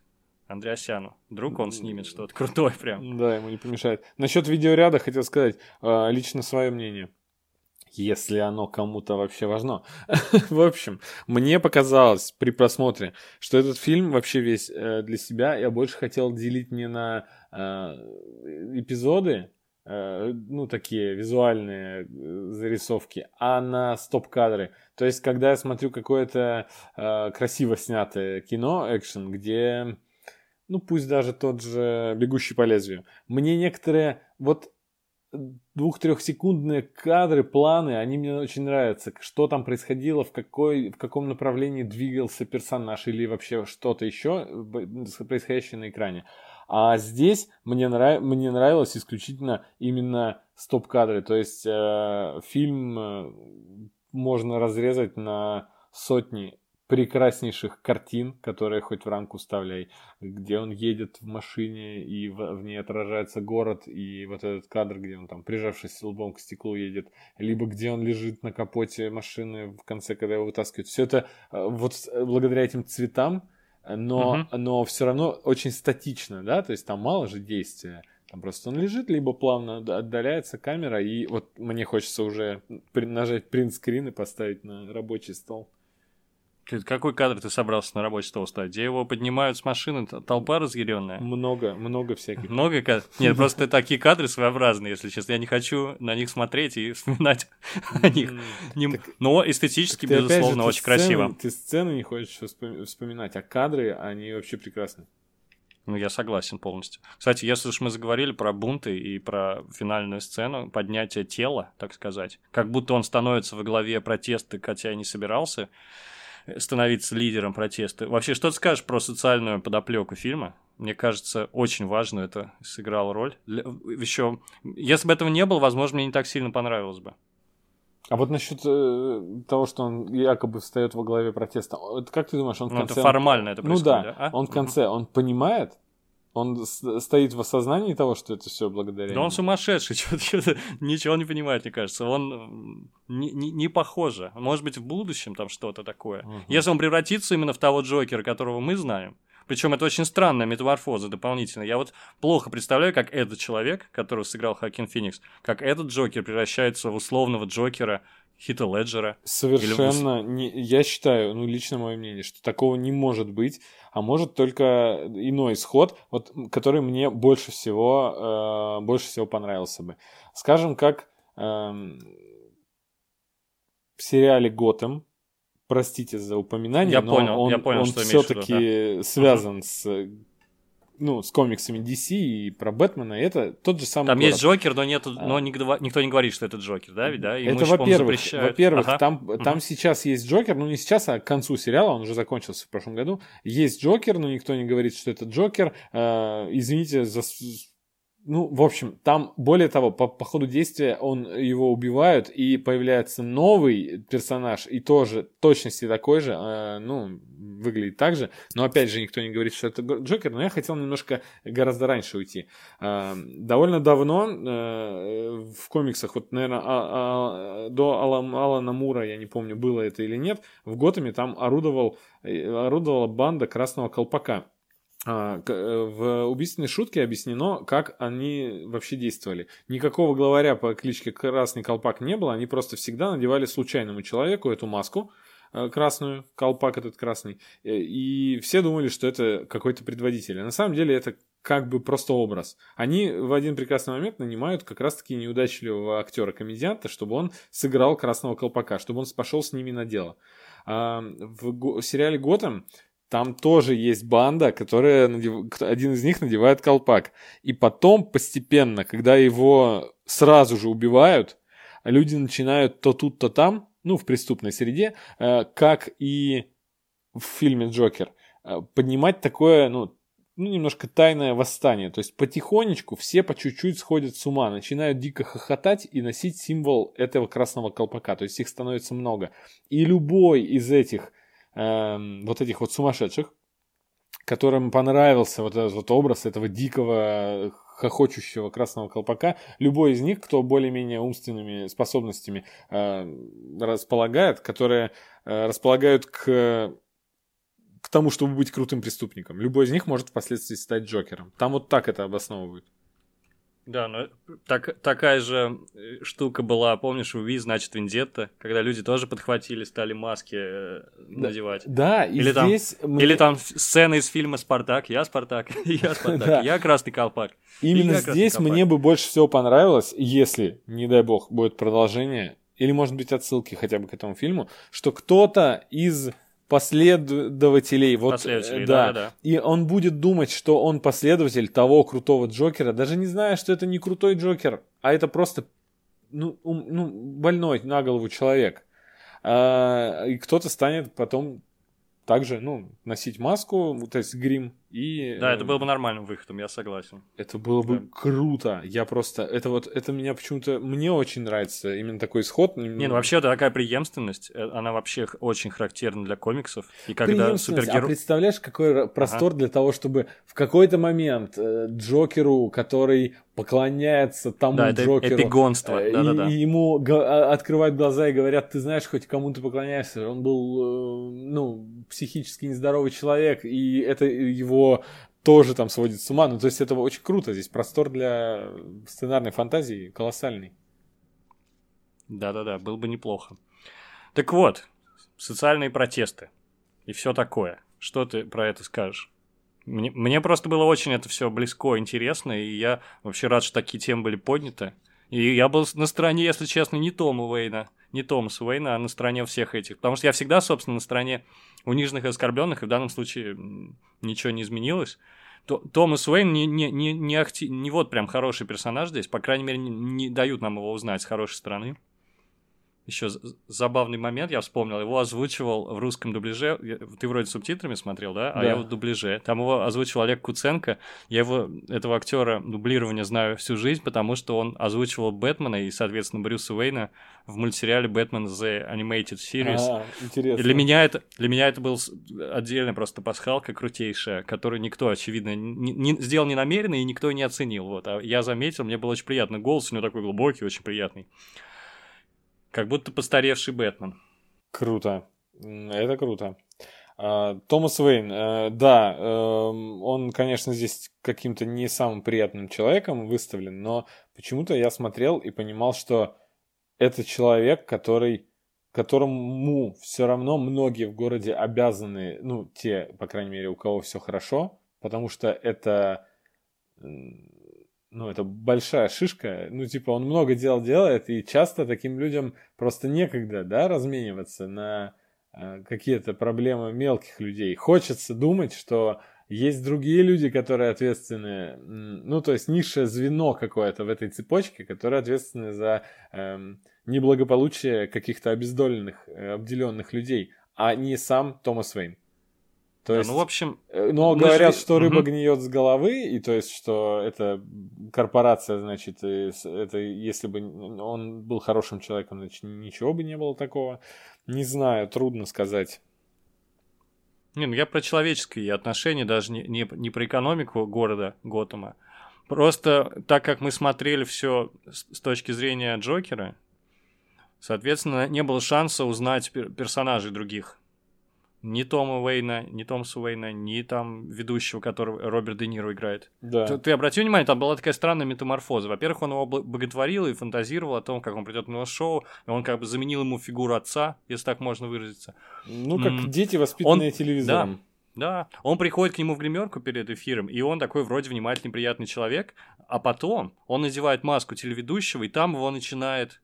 Андреасяну. Вдруг он снимет что-то крутое прям. Да, ему не помешает. Насчет видеоряда хотел сказать лично свое мнение. Если оно кому-то вообще важно. В общем, мне показалось при просмотре, что этот фильм вообще весь э, для себя я больше хотел делить не на э, эпизоды, э, ну, такие визуальные зарисовки, а на стоп-кадры. То есть, когда я смотрю какое-то э, красиво снятое кино, экшен, где, ну, пусть даже тот же «Бегущий по лезвию», мне некоторые вот двух-трехсекундные кадры, планы, они мне очень нравятся. Что там происходило, в, какой, в каком направлении двигался персонаж или вообще что-то еще происходящее на экране. А здесь мне, нрав... мне нравилось исключительно именно стоп-кадры. То есть э, фильм э, можно разрезать на сотни прекраснейших картин, которые хоть в рамку вставляй, где он едет в машине, и в, в ней отражается город, и вот этот кадр, где он там, прижавшись лбом к стеклу, едет, либо где он лежит на капоте машины в конце, когда его вытаскивают. Все это вот благодаря этим цветам, но, uh-huh. но все равно очень статично, да, то есть там мало же действия. Там просто он лежит, либо плавно отдаляется камера, и вот мне хочется уже нажать принт-скрин и поставить на рабочий стол. Какой кадр ты собрался на рабочий стол ставить? Где его поднимают с машины, толпа разъяренная? Много, много всяких. Много кадров? Нет, просто такие кадры своеобразные, если честно. Я не хочу на них смотреть и вспоминать о них. Но эстетически, безусловно, очень красиво. Ты сцены не хочешь вспоминать, а кадры, они вообще прекрасны. Ну, я согласен полностью. Кстати, если уж мы заговорили про бунты и про финальную сцену, поднятие тела, так сказать, как будто он становится во главе протеста, хотя и не собирался становиться лидером протеста. Вообще, что ты скажешь про социальную подоплеку фильма? Мне кажется, очень важно это сыграло роль. Еще, если бы этого не было, возможно, мне не так сильно понравилось бы. А вот насчет э, того, что он якобы встает во главе протеста, это как ты думаешь, он в ну, конце... это формально он... это происходит, Ну да, да? А? он в конце, он понимает, он стоит в осознании того, что это все благодаря Да ему. он сумасшедший, что-то, что-то, ничего не понимает, мне кажется. Он не, не, не похоже. Может быть, в будущем там что-то такое. Uh-huh. Если он превратится именно в того Джокера, которого мы знаем, причем это очень странная метаморфоза дополнительно. Я вот плохо представляю, как этот человек, которого сыграл Хоакин Феникс, как этот Джокер превращается в условного Джокера Хита Леджера. Совершенно, или... не, я считаю, ну лично мое мнение, что такого не может быть, а может только иной исход, вот, который мне больше всего, э, больше всего понравился бы. Скажем, как э, в сериале «Готэм», простите за упоминание, я но понял, он, я понял, он что все-таки да. связан uh-huh. с... Ну, с комиксами ди си и про Бэтмена, это тот же самый Там город. есть Джокер, но, нету, но никто, никто не говорит, что это Джокер, да? Ведь, да? Ему это, во-первых, во-первых ага. там, uh-huh. там сейчас есть Джокер, ну не сейчас, а к концу сериала, он уже закончился в прошлом году. Есть Джокер, но никто не говорит, что это Джокер. Э, извините за... Ну, в общем, там, более того, по, по ходу действия он, его убивают, и появляется новый персонаж, и тоже точности такой же, э, ну, выглядит так же, но опять же никто не говорит, что это Джокер, но я хотел немножко гораздо раньше уйти. Э, довольно давно э, в комиксах, вот, наверное, а, а, до Алана, Алана Мура, я не помню, было это или нет, в Готэме там орудовал, орудовала банда Красного Колпака. В убийственной шутке объяснено, как они вообще действовали. Никакого главаря по кличке Красный Колпак не было, они просто всегда надевали случайному человеку эту маску красную, колпак этот красный, и все думали, что это какой-то предводитель. А на самом деле это как бы просто образ. Они в один прекрасный момент нанимают как раз-таки неудачливого актера-комедианта, чтобы он сыграл Красного Колпака, чтобы он пошел с ними на дело. В сериале «Готэм» там тоже есть банда, которая, один из них надевает колпак. И потом постепенно, когда его сразу же убивают, люди начинают то тут, то там, ну, в преступной среде, как и в фильме «Джокер», поднимать такое, ну, ну, немножко тайное восстание. То есть потихонечку все по чуть-чуть сходят с ума, начинают дико хохотать и носить символ этого красного колпака. То есть их становится много. И любой из этих вот этих вот сумасшедших, которым понравился вот этот вот образ этого дикого, хохочущего красного колпака, любой из них, кто более-менее умственными способностями э, располагает, которые э, располагают к, к тому, чтобы быть крутым преступником. Любой из них может впоследствии стать Джокером. Там вот так это обосновывают. Да, но так, такая же штука была, помнишь, в Ви, значит, Вендетта, когда люди тоже подхватили, стали маски э, надевать. Да, и или здесь... Там, мне... Или там сцена из фильма «Спартак», я Спартак, я Спартак, я Красный Колпак. Именно здесь мне бы больше всего понравилось, если, не дай бог, будет продолжение, или, может быть, отсылки хотя бы к этому фильму, что кто-то из... последователей, вот, Последователей, да, да, да. И он будет думать, что он последователь того крутого Джокера, даже не зная, что это не крутой Джокер, а это просто ну, ум, ну, больной на голову человек. А, и кто-то станет потом также, ну, носить маску, то есть грим. И, да, это было бы нормальным выходом, я согласен. Это было бы да. круто. Я просто... Это вот... Это меня почему-то... Мне очень нравится именно такой исход. Не, ну вообще такая преемственность, она вообще очень характерна для комиксов. И когда супергерой... А представляешь, какой простор ага. для того, чтобы в какой-то момент э, Джокеру, который поклоняется тому да, Джокеру... Это эпигонство, э, да-да-да. И, и ему го- открывают глаза и говорят, ты знаешь, хоть кому ты поклоняешься. Он был, э, ну, психически нездоровый человек, и это его тоже там сводит с ума. Ну, то есть это очень круто. Здесь простор для сценарной фантазии колоссальный. Да-да-да, было бы неплохо. Так вот, социальные протесты и все такое. Что ты про это скажешь? Мне, мне просто было очень это все близко, интересно, и я вообще рад, что такие темы были подняты. И я был на стороне, если честно, не Тома Уэйна, не Томаса Уэйна, а на стороне всех этих. Потому что я всегда, собственно, на стороне униженных и оскорбленных, и в данном случае ничего не изменилось. Томас Уэйн не, не, не, не, акти... не вот прям хороший персонаж здесь, по крайней мере, не, не дают нам его узнать с хорошей стороны. Еще забавный момент, я вспомнил, его озвучивал в русском дубляже, ты вроде субтитрами смотрел, да? А да. я в дубляже. Там его озвучивал Олег Куценко, я его, этого актера дублирования знаю всю жизнь, потому что он озвучивал Бэтмена и, соответственно, Брюса Уэйна в мультсериале «Бэтмен The Animated Series». А, интересно. Для меня это, для меня это был отдельно просто пасхалка крутейшая, которую никто, очевидно, не, не, сделал не намеренно и никто не оценил. Вот. А я заметил, мне было очень приятно. Голос у него такой глубокий, очень приятный. Как будто постаревший Бэтмен. Круто. Это круто. Томас Уэйн, да, он, конечно, здесь каким-то не самым приятным человеком выставлен, но почему-то я смотрел и понимал, что это человек, который, которому все равно многие в городе обязаны, ну, те, по крайней мере, у кого все хорошо, потому что это... Ну, это большая шишка. Ну, типа, он много дел делает, и часто таким людям просто некогда, да, размениваться на э, какие-то проблемы мелких людей. Хочется думать, что есть другие люди, которые ответственны, ну, то есть низшее звено какое-то в этой цепочке, которые ответственны за э, неблагополучие каких-то обездоленных, э, обделенных людей, а не сам Томас Уэйн. То да, есть, ну, в общем... Но говорят, же... что рыба угу. гниет с головы, и то есть, что это корпорация, значит, это если бы он был хорошим человеком, значит, ничего бы не было такого. Не знаю, трудно сказать. Не, ну я про человеческие отношения, даже не, не, не про экономику города Готэма. Просто так как мы смотрели все с, с точки зрения Джокера, соответственно, не было шанса узнать пер- персонажей других. Ни Тома Уэйна, ни Томаса Уэйна, ни там ведущего, которого Роберт Де Ниро играет. Да. Ты, ты обратил внимание, там была такая странная метаморфоза. Во-первых, он его боготворил и фантазировал о том, как он придет на его шоу, и он как бы заменил ему фигуру отца, если так можно выразиться. Ну, как М- дети, воспитанные он... телевизором. Да, да. Он приходит к нему в гримерку перед эфиром, и он такой вроде внимательный, приятный человек, а потом он надевает маску телеведущего, и там его начинает...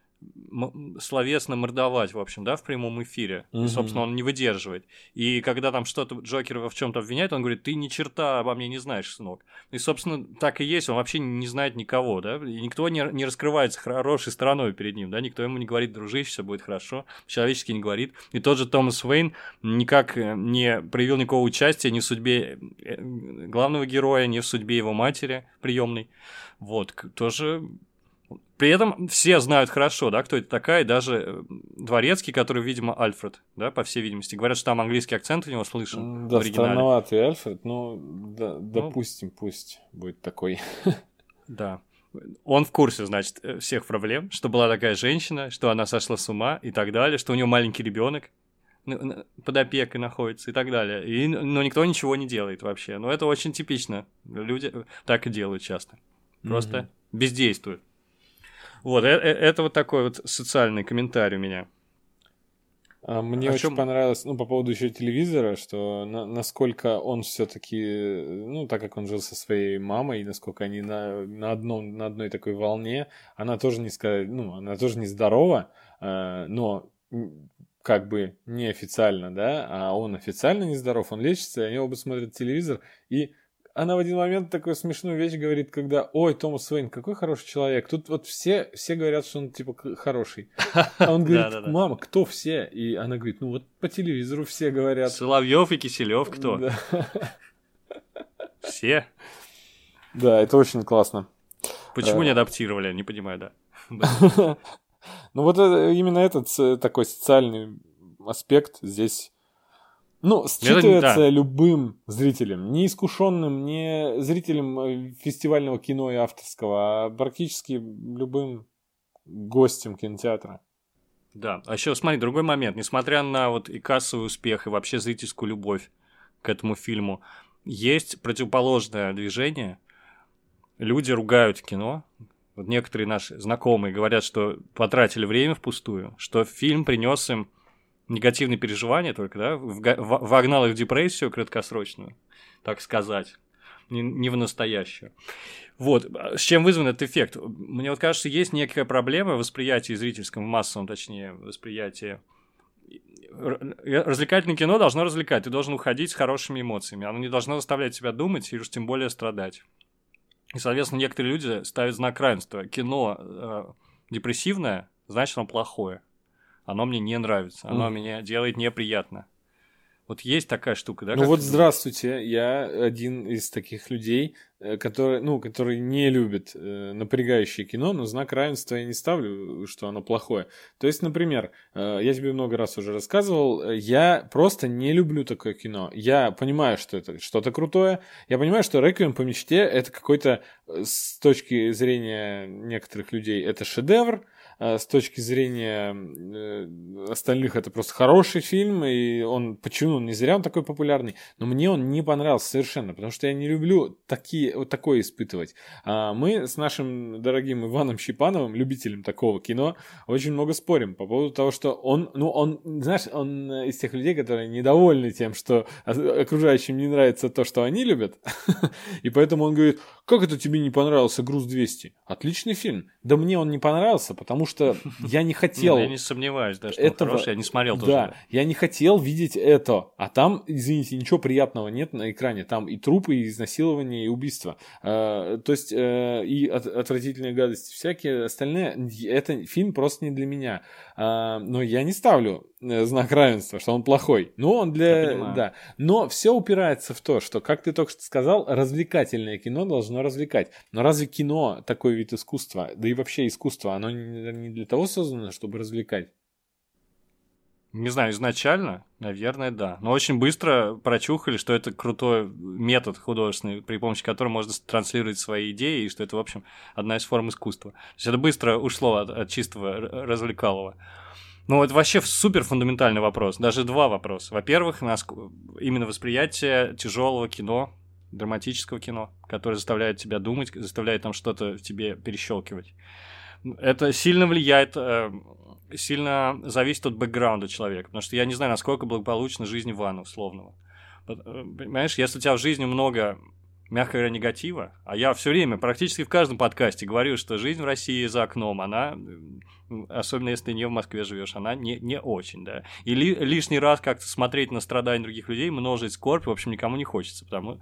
словесно мордовать, в общем, да, в прямом эфире. Mm-hmm. И, собственно, он не выдерживает. И когда там что-то Джокер его в чем-то обвиняет, он говорит, ты ни черта обо мне не знаешь, сынок. И, собственно, так и есть, он вообще не знает никого, да, и никто не, не раскрывается хорошей стороной перед ним, да, никто ему не говорит, дружище, все будет хорошо, человечески не говорит. И тот же Томас Уэйн никак не проявил никакого участия ни в судьбе главного героя, ни в судьбе его матери приемной. Вот, тоже... При этом все знают хорошо, да, кто это такая, даже Дворецкий, который, видимо, Альфред, да, по всей видимости. Говорят, что там английский акцент у него слышен да, в оригинале. странноватый Альфред, ну, да, допустим, ну, пусть будет такой. Да. Он в курсе, значит, всех проблем, что была такая женщина, что она сошла с ума и так далее, что у него маленький ребенок. под опекой находится и так далее. И, но никто ничего не делает вообще. Но это очень типично. Люди так и делают часто. Просто mm-hmm. бездействуют. Вот, это, это вот такой вот социальный комментарий у меня. Мне а очень чем... понравилось, ну, по поводу еще телевизора, что на, насколько он все-таки, ну, так как он жил со своей мамой, насколько они на, на, одном, на одной такой волне, она тоже не сказать, ну, она тоже нездорова, э, но как бы неофициально, да, а он официально нездоров, он лечится, и они оба смотрят телевизор, и она в один момент такую смешную вещь говорит, когда, ой, Томас Уэйн, какой хороший человек. Тут вот все, все говорят, что он типа хороший. А он говорит, мама, кто все? И она говорит, ну вот по телевизору все говорят. Соловьев и Киселев кто? Все? Да, это очень классно. Почему не адаптировали? Не понимаю, да. Ну вот именно этот такой социальный аспект здесь... Ну, считывается да. любым зрителем, не искушенным, не зрителем фестивального кино и авторского, а практически любым гостем кинотеатра. Да, а еще смотри, другой момент. Несмотря на вот и кассовый успех, и вообще зрительскую любовь к этому фильму, есть противоположное движение. Люди ругают кино. Вот некоторые наши знакомые говорят, что потратили время впустую, что фильм принес им негативные переживания только, да, вогнал их в депрессию краткосрочную, так сказать, не, не в настоящую. Вот, с чем вызван этот эффект? Мне вот кажется, есть некая проблема в восприятии зрительском, в массовом, точнее, восприятии. Развлекательное кино должно развлекать, ты должен уходить с хорошими эмоциями, оно не должно заставлять тебя думать и уж тем более страдать. И, соответственно, некоторые люди ставят знак равенства. Кино э, депрессивное, значит, оно плохое. Оно мне не нравится, оно mm. меня делает неприятно. Вот есть такая штука, да? Ну вот здравствуйте, я один из таких людей, которые, ну, которые не любят э, напрягающее кино, но знак равенства я не ставлю, что оно плохое. То есть, например, э, я тебе много раз уже рассказывал, я просто не люблю такое кино. Я понимаю, что это что-то крутое, я понимаю, что «Реквием по мечте» — это какой-то, с точки зрения некоторых людей, это шедевр, с точки зрения остальных это просто хороший фильм, и он, почему он не зря он такой популярный, но мне он не понравился совершенно, потому что я не люблю такие, вот такое испытывать. А мы с нашим дорогим Иваном Щипановым, любителем такого кино, очень много спорим по поводу того, что он, ну он, знаешь, он из тех людей, которые недовольны тем, что окружающим не нравится то, что они любят, и поэтому он говорит, как это тебе не понравился «Груз двести»? Отличный фильм. Да мне он не понравился, потому что я не хотел... Я не сомневаюсь, да, что он хороший, я не смотрел тоже. Да, я не хотел видеть это. А там, извините, ничего приятного нет на экране. Там и трупы, и изнасилования, и убийства. То есть, и отвратительные гадости всякие остальные. Это фильм просто не для меня. Но я не ставлю знак равенства, что он плохой. Но он для... Да. Но все упирается в то, что, как ты только что сказал, развлекательное кино должно развлекать. Но разве кино такой вид искусства, да и вообще искусство, оно не для того создано, чтобы развлекать? Не знаю, изначально, наверное, да. Но очень быстро прочухали, что это крутой метод художественный, при помощи которого можно транслировать свои идеи, и что это, в общем, одна из форм искусства. То есть это быстро ушло от, от чистого развлекалого. Ну, это вообще супер фундаментальный вопрос. Даже два вопроса. Во-первых, нас именно восприятие тяжелого кино, драматического кино, которое заставляет тебя думать, заставляет там что-то в тебе перещелкивать. Это сильно влияет, сильно зависит от бэкграунда человека. Потому что я не знаю, насколько благополучна жизнь Ивана условного. Понимаешь, если у тебя в жизни много, мягко говоря, негатива, а я все время, практически в каждом подкасте говорю, что жизнь в России за окном, она, особенно если ты не в Москве живешь, она не, не очень, да. И ли, лишний раз как-то смотреть на страдания других людей, множить скорбь, в общем, никому не хочется, потому...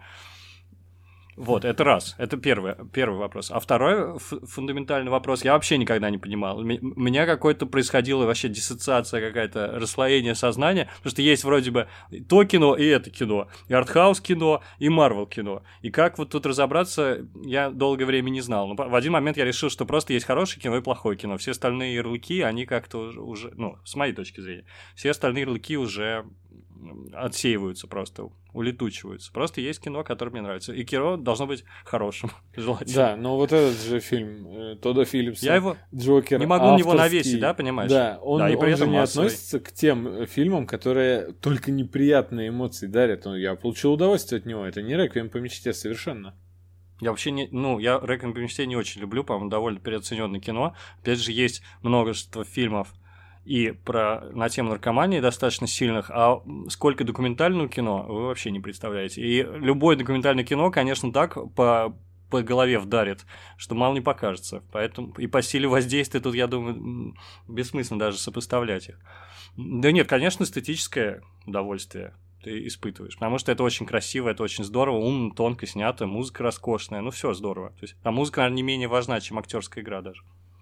Вот, это раз. Это первый, первый вопрос. А второй фундаментальный вопрос я вообще никогда не понимал. У меня какое-то происходило вообще диссоциация какая-то, расслоение сознания, потому что есть вроде бы то кино и это кино, и артхаус кино, и Марвел кино. И как вот тут разобраться, я долгое время не знал. Но в один момент я решил, что просто есть хорошее кино и плохое кино. Все остальные ярлыки, они как-то уже, ну, с моей точки зрения, все остальные ярлыки уже отсеиваются просто, улетучиваются. Просто есть кино, которое мне нравится. И кино должно быть хорошим, желательно. Да, но вот этот же фильм э, Тодда Филлипса, я его Джокер, не могу на него навесить, да, понимаешь? Да, он, да, и при он этом же не массовый. относится к тем фильмам, которые только неприятные эмоции дарят. Ну, я получил удовольствие от него. Это не «Реквием по мечте» совершенно. Я вообще не... Ну, я «Реквием по мечте» не очень люблю, по-моему, довольно переоцененное кино. Опять же, есть множество фильмов и про на тему наркомании достаточно сильных, а сколько документального кино вы вообще не представляете. И любое документальное кино, конечно, так по, по голове вдарит, что мало не покажется. Поэтому и по силе воздействия тут, я думаю, бессмысленно даже сопоставлять их. Да нет, конечно, эстетическое удовольствие ты испытываешь, потому что это очень красиво, это очень здорово, умно, тонко снято, музыка роскошная, ну все здорово. То есть, а музыка, наверное, не менее важна, чем актерская игра даже.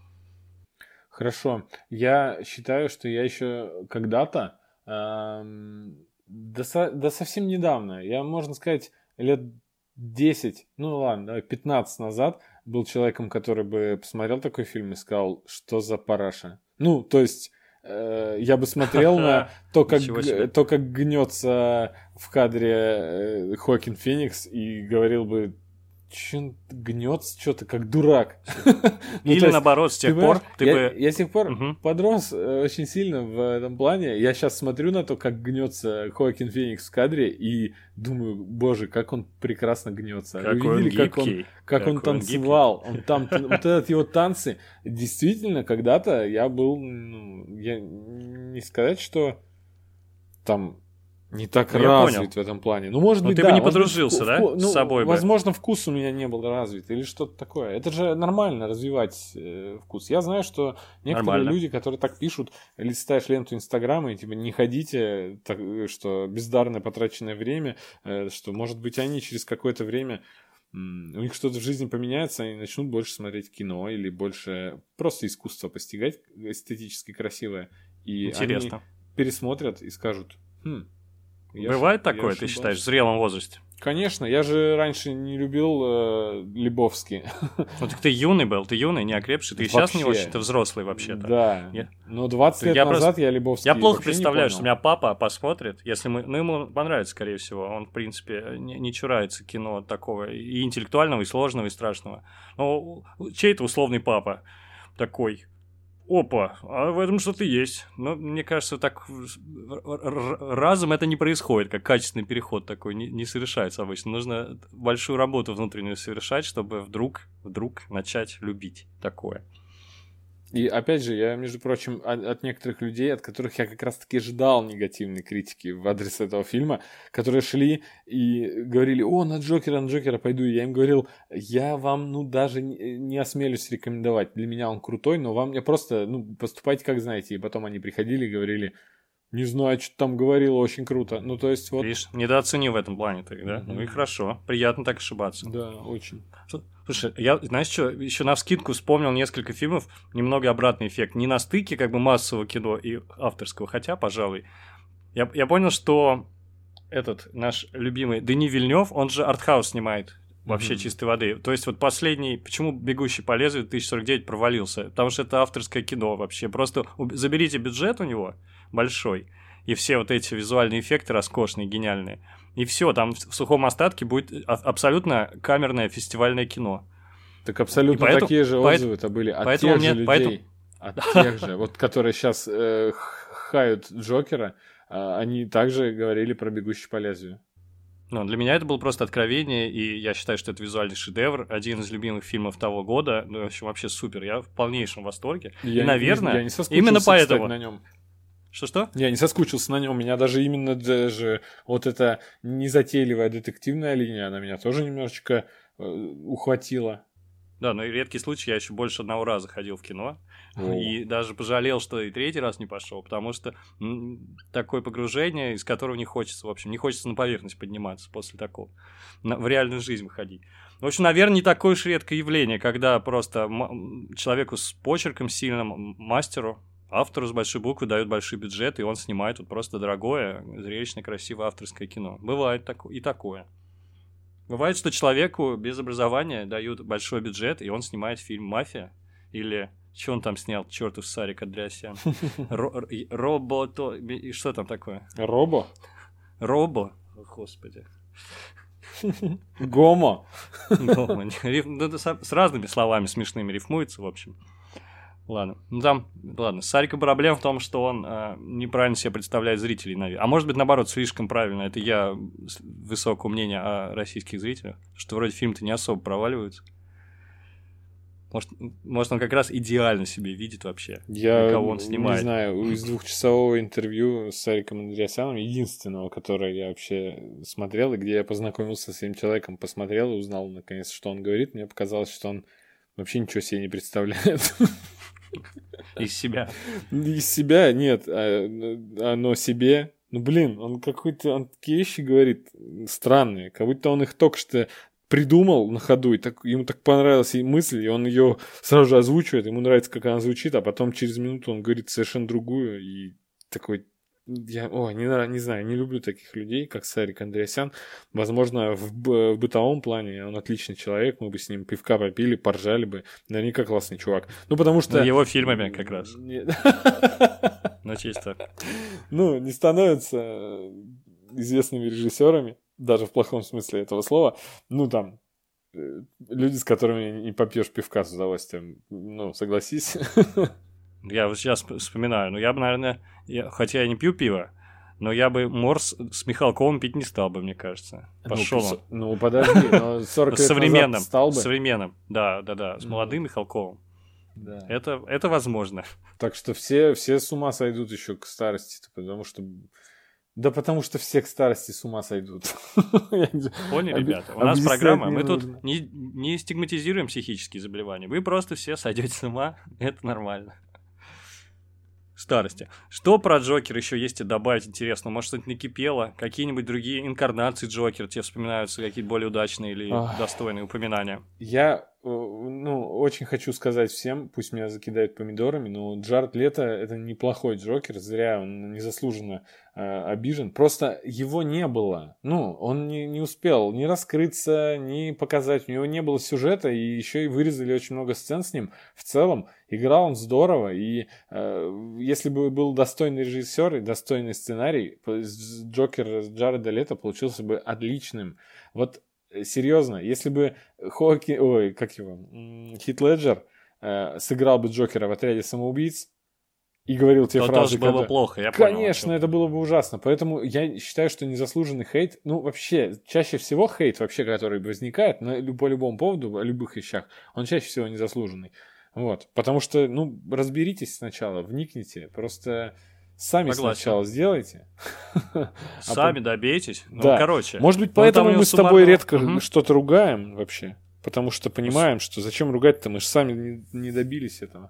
Хорошо. Я считаю, что я еще когда-то, эм, да, со, да совсем недавно, я, можно сказать, лет десять, ну ладно, пятнадцать назад, был человеком, который бы посмотрел такой фильм и сказал, что за параша. Ну, то есть, э, я бы смотрел на то, как, то, как гнется в кадре э, Хоакин Феникс, и говорил бы, че он гнется что-то как дурак. Или ну, наоборот, с тех пор ты я, бы... Я с тех пор угу. подрос очень сильно в этом плане. Я сейчас смотрю на то, как гнется Хоакин Феникс в кадре, и думаю, боже, как он прекрасно гнется. Как Вы видели, он как он, как он танцевал? Он там, вот этот его танцы. Действительно, когда-то я был, ну, я не сказать, что там... не так ну, развит в этом плане. Ну, может Но быть, ты да. бы не подружился, быть, да, вку... с ну, собой возможно, бы. вкус у меня не был развит или что-то такое. Это же нормально развивать э, вкус. Я знаю, что некоторые нормально. Люди, которые так пишут, листаешь ленту Инстаграма и типа не ходите, так, что бездарное потраченное время, э, что, может быть, они через какое-то время м- у них что-то в жизни поменяется, и начнут больше смотреть кино или больше просто искусство постигать эстетически красивое. И интересно. Они пересмотрят и скажут, хм, Я Бывает ш... такое, ты считаешь, в зрелом возрасте? Конечно, я же раньше не любил э, Лебовский. Ну так ты юный был, ты юный, не окрепший, ты вообще. Сейчас не очень, ты взрослый вообще-то. Да, я... но двадцать лет я назад просто... я Лебовский Я плохо представляю, что у меня папа посмотрит, если мы... Ну ему понравится, скорее всего, он, в принципе, не, не чурается кино такого и интеллектуального, и сложного, и страшного. Но чей-то условный папа такой... Опа, а в этом что-то есть. Но мне кажется, так разом это не происходит, как качественный переход такой не, не совершается обычно. Нужно большую работу внутреннюю совершать, чтобы вдруг, вдруг начать любить такое. И опять же, я, между прочим, от, от некоторых людей, от которых я как раз-таки ждал негативной критики в адрес этого фильма, которые шли и говорили, о, на Джокера, на Джокера пойду. И я им говорил, я вам, ну, даже не, не осмелюсь рекомендовать. Для меня он крутой, но вам, я просто, ну, поступайте как знаете. И потом они приходили и говорили, не знаю, что там говорил, очень круто. Ну, то есть вот... Видишь, недооценил в этом плане ты, да? Mm-hmm. Ну и хорошо, приятно так ошибаться. Да, очень. Слушай, я, знаешь что, еще навскидку вспомнил несколько фильмов, немного обратный эффект. Не на стыке как бы массового кино и авторского, хотя, пожалуй. Я, я понял, что этот наш любимый Дени Вильнёв, он же артхаус снимает. Вообще mm-hmm. чистой воды. То есть вот последний, почему «Бегущий по лезвию» тысяча сорок девять провалился? Потому что это авторское кино вообще. Просто заберите бюджет у него большой, и все вот эти визуальные эффекты роскошные, гениальные. И все, там в сухом остатке будет абсолютно камерное фестивальное кино. Так абсолютно поэтому, такие же отзывы-то были от тех же людей, поэтому... от тех же, вот которые сейчас э, хают Джокера, э, они также говорили про «Бегущий по лезвию». Ну, для меня это было просто откровение, и я считаю, что это визуальный шедевр, один из любимых фильмов того года, ну, в общем, вообще супер, я в полнейшем восторге. Я и, наверное, не, я не соскучился, именно поэтому... кстати, на нем. Что-что? Я не соскучился на нем. Меня даже именно даже вот эта незатейливая детективная линия, она меня тоже немножечко э, ухватила. Да, но и редкий случай, я еще больше одного раза ходил в кино. О. И даже пожалел, что и третий раз не пошел, потому что м, такое погружение, из которого не хочется, в общем, не хочется на поверхность подниматься после такого. На, в реальную жизнь выходить. В общем, наверное, не такое уж редкое явление, когда просто м- человеку с почерком сильным, мастеру, автору с большой буквы дают большой бюджет, и он снимает вот просто дорогое, зрелищное, красивое авторское кино. Бывает так- и такое. Бывает, что человеку без образования дают большой бюджет, и он снимает фильм «Мафия» или... Что он там снял? Чёртов Сарик Андреасян. Робо... Что там такое? Робо? Робо. Господи. Гомо. Гомо. С разными словами смешными рифмуется, в общем. Ладно. Ну там, ладно. С Сариком проблема в том, что он э, неправильно себе представляет зрителей, наверное. А может быть, наоборот, слишком правильно. Это я высокого мнения о российских зрителях. Что вроде фильм-то не особо проваливается. Может, может, он как раз идеально себе видит вообще, я кого он снимает. Не знаю, из двухчасового интервью с Сариком Андреасяном, единственного, которое я вообще смотрел, и где я познакомился с этим человеком, посмотрел и узнал, наконец, что он говорит, мне показалось, что он вообще ничего себе не представляет. Из себя. Из себя нет, а, но себе. Ну, блин, он какой-то, он такие вещи говорит странные, как будто он их только что придумал на ходу, и так, ему так понравилась мысль, и он ее сразу же озвучивает, ему нравится, как она звучит, а потом через минуту он говорит совершенно другую, и такой, я, о, не, не знаю, не люблю таких людей, как Сарик Андреасян. Возможно, в, в бытовом плане он отличный человек, мы бы с ним пивка попили, поржали бы, наверняка классный чувак. Ну, потому что... Ну, его фильмами как раз. Ну, чисто. Ну, не становятся известными режиссерами, даже в плохом смысле этого слова. Ну, там, люди, с которыми не попьешь пивка с удовольствием. Ну, согласись. Я вот сейчас вспоминаю. Ну, я бы, наверное, я, хотя я не пью пиво, но я бы морс с Михалковым пить не стал бы, мне кажется. Пошел ну, он. Ну, подожди, но сорок лет назад стал бы. Современным, да, да, да, с молодым mm. Михалковым. Да. Это, это возможно. Так что все, все с ума сойдут еще к старости, потому что... Да потому что все к старости с ума сойдут. Поняли, ребята? У нас программа, мы тут не, не стигматизируем психические заболевания. Вы просто все сойдете с ума, это нормально. Старости. Что про Джокера еще есть добавить интересно? Может, что-нибудь накипело? Какие-нибудь другие инкарнации Джокера тебе вспоминаются, какие-то более удачные или Ах. достойные упоминания? Я, ну, очень хочу сказать всем, пусть меня закидают помидорами, но Джаред Лето — это неплохой Джокер, зря он незаслуженно э, обижен. Просто его не было. Ну, он не, не успел ни раскрыться, ни показать. У него не было сюжета, и еще и вырезали очень много сцен с ним. В целом, играл он здорово, и э, если бы был достойный режиссер и достойный сценарий, Джокер Джареда Лето получился бы отличным. Вот серьезно, если бы Хоаки... Ой, как его? Хит Леджер э, сыграл бы Джокера в «Отряде самоубийц» и говорил те то фразы... тоже было когда... бы плохо, я Конечно, понял, это было бы ужасно. Поэтому я считаю, что незаслуженный хейт... Ну, вообще, чаще всего хейт, вообще, который возникает на, по любому поводу, о любых вещах, он чаще всего незаслуженный. Вот. Потому что, ну, разберитесь сначала, вникните. Просто... Сами Согласен. Сначала сделайте. Сами а добейтесь. Ну, да. короче. Может быть, поэтому мы с тобой суммарного... редко угу. что-то ругаем вообще. Потому что понимаем, что зачем ругать-то, мы же сами не, не добились этого.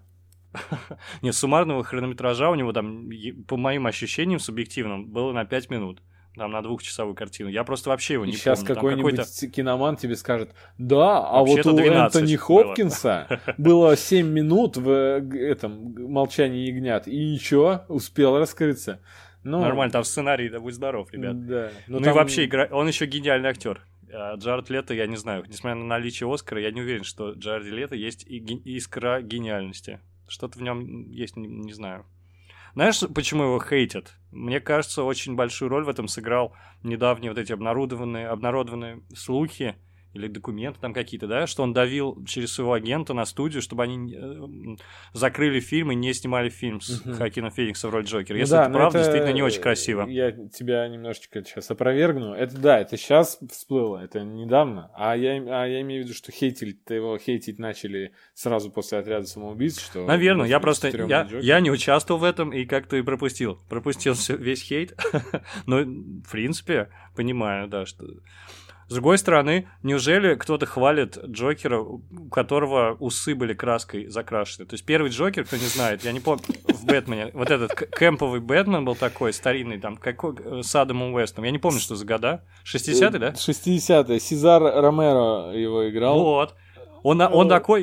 Нет, суммарного хронометража у него там, по моим ощущениям субъективным, было на пять минут. Там на двухчасовую картину. Я просто вообще его не Сейчас помню. Сейчас какой-нибудь какой-то... киноман тебе скажет, да, а вот у Энтони было. Хопкинса было семь минут в этом «Молчании ягнят», и ничего, успел раскрыться. Но... Нормально, там сценарий, да, будь здоров, ребят. Да. Ну там... и вообще, игра... он еще гениальный актер. Джаред Лето, я не знаю, несмотря на наличие Оскара, я не уверен, что в Джареде Лето есть и ге... искра гениальности. Что-то в нем есть, не, не знаю. Знаешь, почему его хейтят? Мне кажется, очень большую роль в этом сыграл недавние вот эти обнародованные, обнародованные слухи или документы там какие-то, да, что он давил через своего агента на студию, чтобы они э, закрыли фильм и не снимали фильм с uh-huh. Хоакином Фениксом в роли Джокера. Если ну да, это правда, это... действительно не очень красиво. Я тебя немножечко сейчас опровергну. Это да, это сейчас всплыло, это недавно. А я, а я имею в виду, что хейтили-то его хейтить начали сразу после «Отряда самоубийц», что... Наверное, я просто... Я, я не участвовал в этом и как-то и пропустил. Пропустил весь хейт. Но, в принципе, понимаю, да, что... С другой стороны, неужели кто-то хвалит Джокера, у которого усы были краской закрашены? То есть первый Джокер, кто не знает, я не помню, в Бэтмене, вот этот кэмповый Бэтмен был такой, старинный, там, какой, с Адамом Уэстом. Я не помню, что за года. шестидесятые, да? шестидесятые. Сезар Ромеро его играл. Вот. Он, он такой...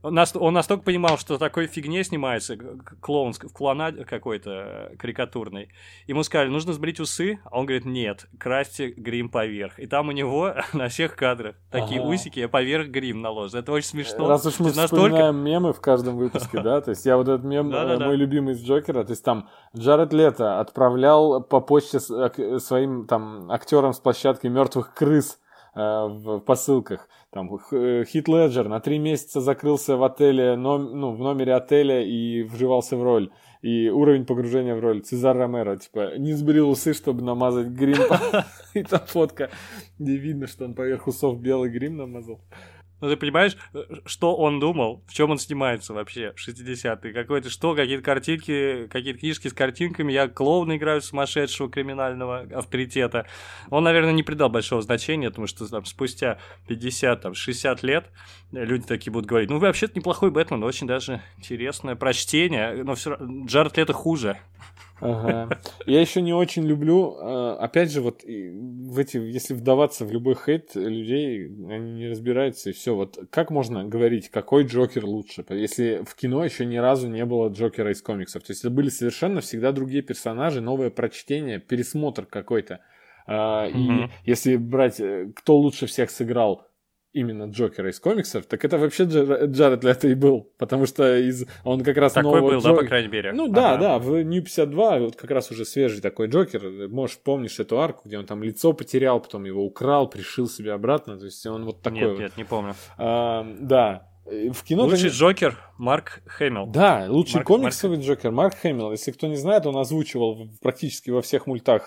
Он, нас, он настолько понимал, что такой фигне снимается, клоун в клоунаде какой-то карикатурный. Ему сказали, нужно сбрить усы, а он говорит, нет, красьте грим поверх. И там у него на всех кадрах такие ага. усики, а поверх грим наложен. Это очень смешно. Раз уж мы настолько... вспоминаем мемы в каждом выпуске, да, то есть я вот этот мем, мой любимый из Джокера, то есть там Джаред Лето отправлял по почте своим там актерам с площадки «Мертвых крыс» в посылках. Там Хит Леджер на три месяца закрылся в отеле, ном, ну, в номере отеля и вживался в роль. И уровень погружения в роль. Цезар Ромеро, типа, не сбрил усы, чтобы намазать грим. И там фотка, где видно, что он поверх усов белый грим намазал. Ну, ты понимаешь, что он думал, в чем он снимается вообще в шестидесятые? Какое-то что, какие-то картинки, какие-то книжки с картинками, я клоуна играю сумасшедшего криминального авторитета. Он, наверное, не придал большого значения, потому что там, спустя пятьдесят, шестьдесят лет люди такие будут говорить, ну, вообще-то неплохой Бэтмен, очень даже интересное прочтение, но все равно Джаред Лето хуже. Ага. Я еще не очень люблю, опять же, вот в эти, если вдаваться в любой хейт людей, они не разбираются, и все. Вот как можно говорить, какой Джокер лучше, если в кино еще ни разу не было Джокера из комиксов? То есть это были совершенно всегда другие персонажи, новое прочтение, пересмотр какой-то. Mm-hmm. И если брать, кто лучше всех сыграл именно Джокера из комиксов, так это вообще Джар... Джаред Лето и был, потому что из... он как раз такой нового был, Джок... да, по крайней мере? Ну да, ага. да, в Нью пятьдесят два вот как раз уже свежий такой Джокер, можешь помнишь эту арку, где он там лицо потерял, потом его украл, пришил себе обратно, то есть он вот такой Нет, вот. нет, не помню. А, да. В кино лучший не... Джокер Марк Хэмилл. Да, лучший Марк, комиксовый Марк... Джокер Марк Хэмилл. Если кто не знает, он озвучивал практически во всех мультах,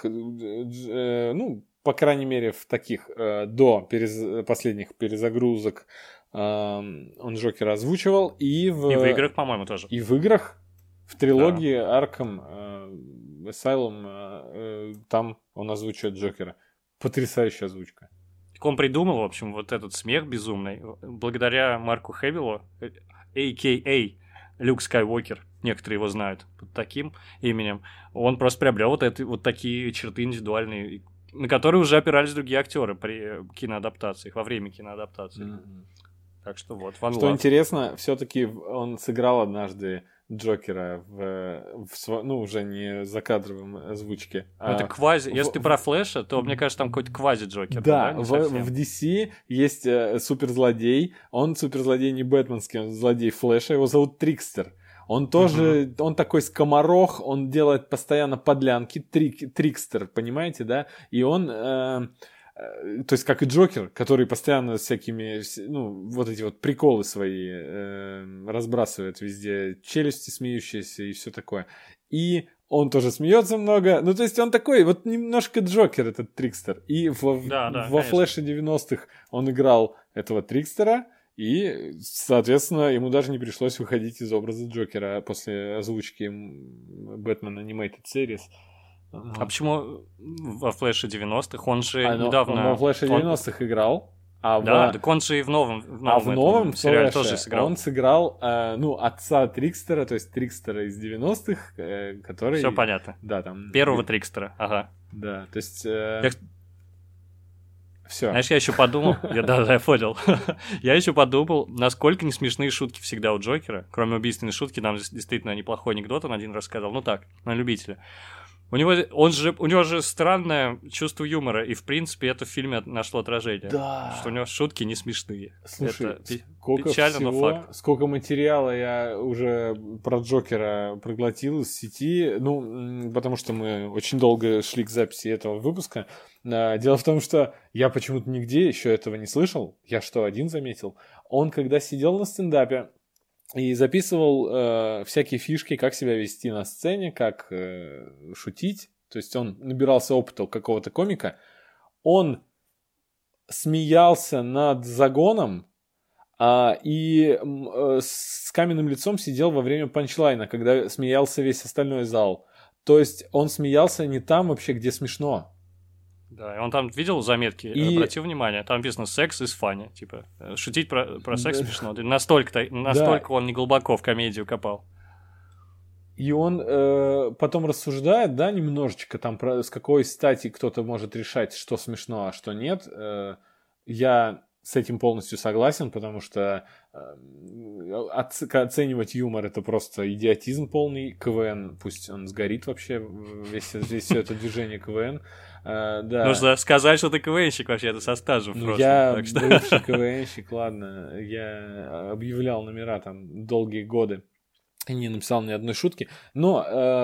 э, ну, по крайней мере, в таких э, до перез... последних перезагрузок э, он Джокера озвучивал. И в... и в играх, по-моему, тоже. И в играх, в трилогии да. Arkham э, Asylum, э, там он озвучивает Джокера. Потрясающая озвучка. Он придумал, в общем, вот этот смех безумный благодаря Марку Хэмиллу, а кей эй Люк Скайуокер. Некоторые его знают под таким именем. Он просто приобрел вот, это, вот такие черты индивидуальные, на которые уже опирались другие актеры при киноадаптациях, во время киноадаптации. Mm-hmm. Так что вот, One Что Love. интересно, все-таки он сыграл однажды Джокера в, в ну, уже не закадровом озвучке. А это квази. Если в, ты про Флэша, то, мне кажется, там какой-то квази-Джокер. Да, да в, в ди си есть э, суперзлодей. Он суперзлодей не бэтменский, он злодей Флэша. Его зовут Трикстер. Он тоже, uh-huh. он такой скоморох, он делает постоянно подлянки, трик, трикстер, понимаете, да? И он, э, э, то есть как и Джокер, который постоянно всякими, ну, вот эти вот приколы свои э, разбрасывает везде, челюсти смеющиеся и все такое. И он тоже смеется много, ну, то есть он такой, вот немножко Джокер, этот трикстер. И во, да, да, во Флэше девяностых он играл этого трикстера, и, соответственно, ему даже не пришлось выходить из образа Джокера после озвучки Batman Animated Series. А почему во Флэше девяностых? Он же а, недавно... Он во Флэше девяностых он... играл. А да, в... так он же и в новом, в новом, а в новом сериале тоже сыграл. Он сыграл, э, ну, отца Трикстера, то есть Трикстера из девяностых, э, который... Все понятно. Да, там... Первого Трикстера, ага. Да, то есть... Э... Я... Все. Знаешь, я еще подумал, я, да, да, я понял. Я еще подумал, насколько не смешные шутки всегда у Джокера. Кроме убийственной шутки, нам действительно неплохой анекдот он один рассказал. Ну так, на любителя. У него, он же, у него же странное чувство юмора, и в принципе это в фильме нашло отражение. Да. Что у него шутки не смешные. Слушай, это сколько печально, всего, но факт. Сколько материала я уже про Джокера проглотил из сети, ну, потому что мы очень долго шли к записи этого выпуска. Дело в том, что я почему-то нигде еще этого не слышал. Я что, один заметил? Он, когда сидел на стендапе и записывал э, всякие фишки, как себя вести на сцене, как э, шутить, то есть он набирался опыта у какого-то комика, он смеялся над загоном а, и э, с каменным лицом сидел во время панчлайна, когда смеялся весь остальной зал. То есть он смеялся не там вообще, где смешно. Да, и он там видел заметки, и... обратил внимание, там написано «секс is funny», типа, шутить про, про секс смешно. Настолько, настолько да. Он не глубоко в комедию копал. И он э, потом рассуждает, да, немножечко, там, про, с какой стати кто-то может решать, что смешно, а что нет. Э, я с этим полностью согласен, потому что оценивать юмор — это просто идиотизм полный. КВН, пусть он сгорит вообще, весь, весь все это движение КВН. Uh, да. Нужно сказать, что ты КВНщик вообще-то со стажем в ну, прошлом. Я так что... бывший КВНщик, ладно. Я объявлял номера там долгие годы. И не написал ни одной шутки. Но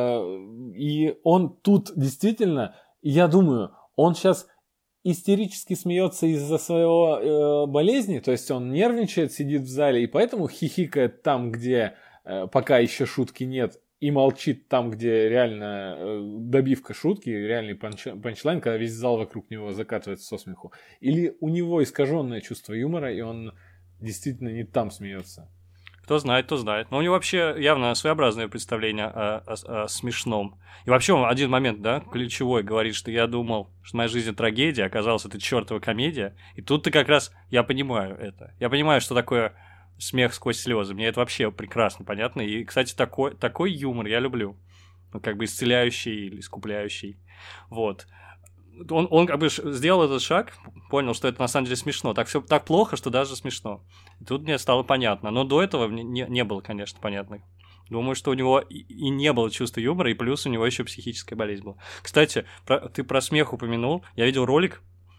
э, и он тут действительно, я думаю, он сейчас истерически смеется из-за своего э, болезни, то есть он нервничает, сидит в зале, и поэтому хихикает там, где э, пока еще шутки нет, и молчит там, где реально э, добивка шутки, реальный панч, панчлайн, когда весь зал вокруг него закатывается со смеху. Или у него искаженное чувство юмора, и он действительно не там смеется. Кто знает, кто знает. Но у него вообще явно своеобразное представление о, о, о смешном. И вообще он один момент, да, ключевой, говорит, что я думал, что моя жизнь трагедия, оказалось, это чертова комедия. И тут ты как раз, я понимаю это. Я понимаю, что такое смех сквозь слезы. Мне это вообще прекрасно понятно. И, кстати, такой, такой юмор я люблю. Ну, как бы исцеляющий или искупляющий. Вот. Он, он как бы сделал этот шаг, понял, что это на самом деле смешно. Так все так плохо, что даже смешно. И тут мне стало понятно. Но до этого мне не, не было, конечно, понятно. Думаю, что у него и, и не было чувства юмора, и плюс у него еще психическая болезнь была. Кстати, про, ты про смех упомянул. Я видел ролик,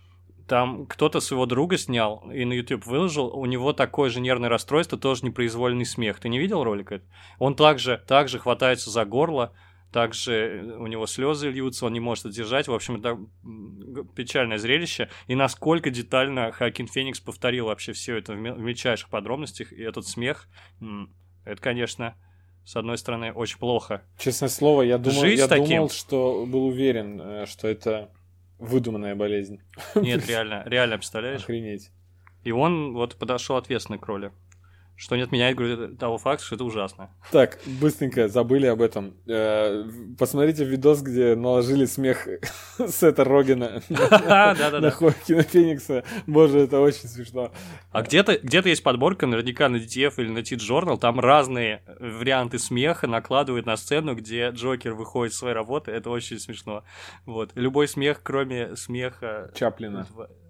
там кто-то своего друга снял и на YouTube выложил. У него такое же нервное расстройство, тоже непроизвольный смех. Ты не видел ролик этот? Он также, также хватается за горло, также у него слезы льются, он не может сдержать. В общем, это печальное зрелище. И насколько детально Хоакин Феникс повторил вообще все это в мельчайших подробностях. И этот смех, это, конечно, с одной стороны, очень плохо. Честное слово, я думал, я таким... думал, что был уверен, что это выдуманная болезнь. Нет, реально, реально, представляешь? Охренеть. И он вот подошел ответственно к роли. Что не отменяет, говорю, того факта, что это ужасно. Так, быстренько забыли об этом. Посмотрите видос, где наложили смех Сета Рогена на Хоакина Феникса. Боже, это очень смешно. А где-то где-то есть подборка, наверняка на ди ти эф или на T-Journal, там разные варианты смеха накладывают на сцену, где Джокер выходит с своей работы. Это очень смешно. Вот. Любой смех, кроме смеха... Чаплина.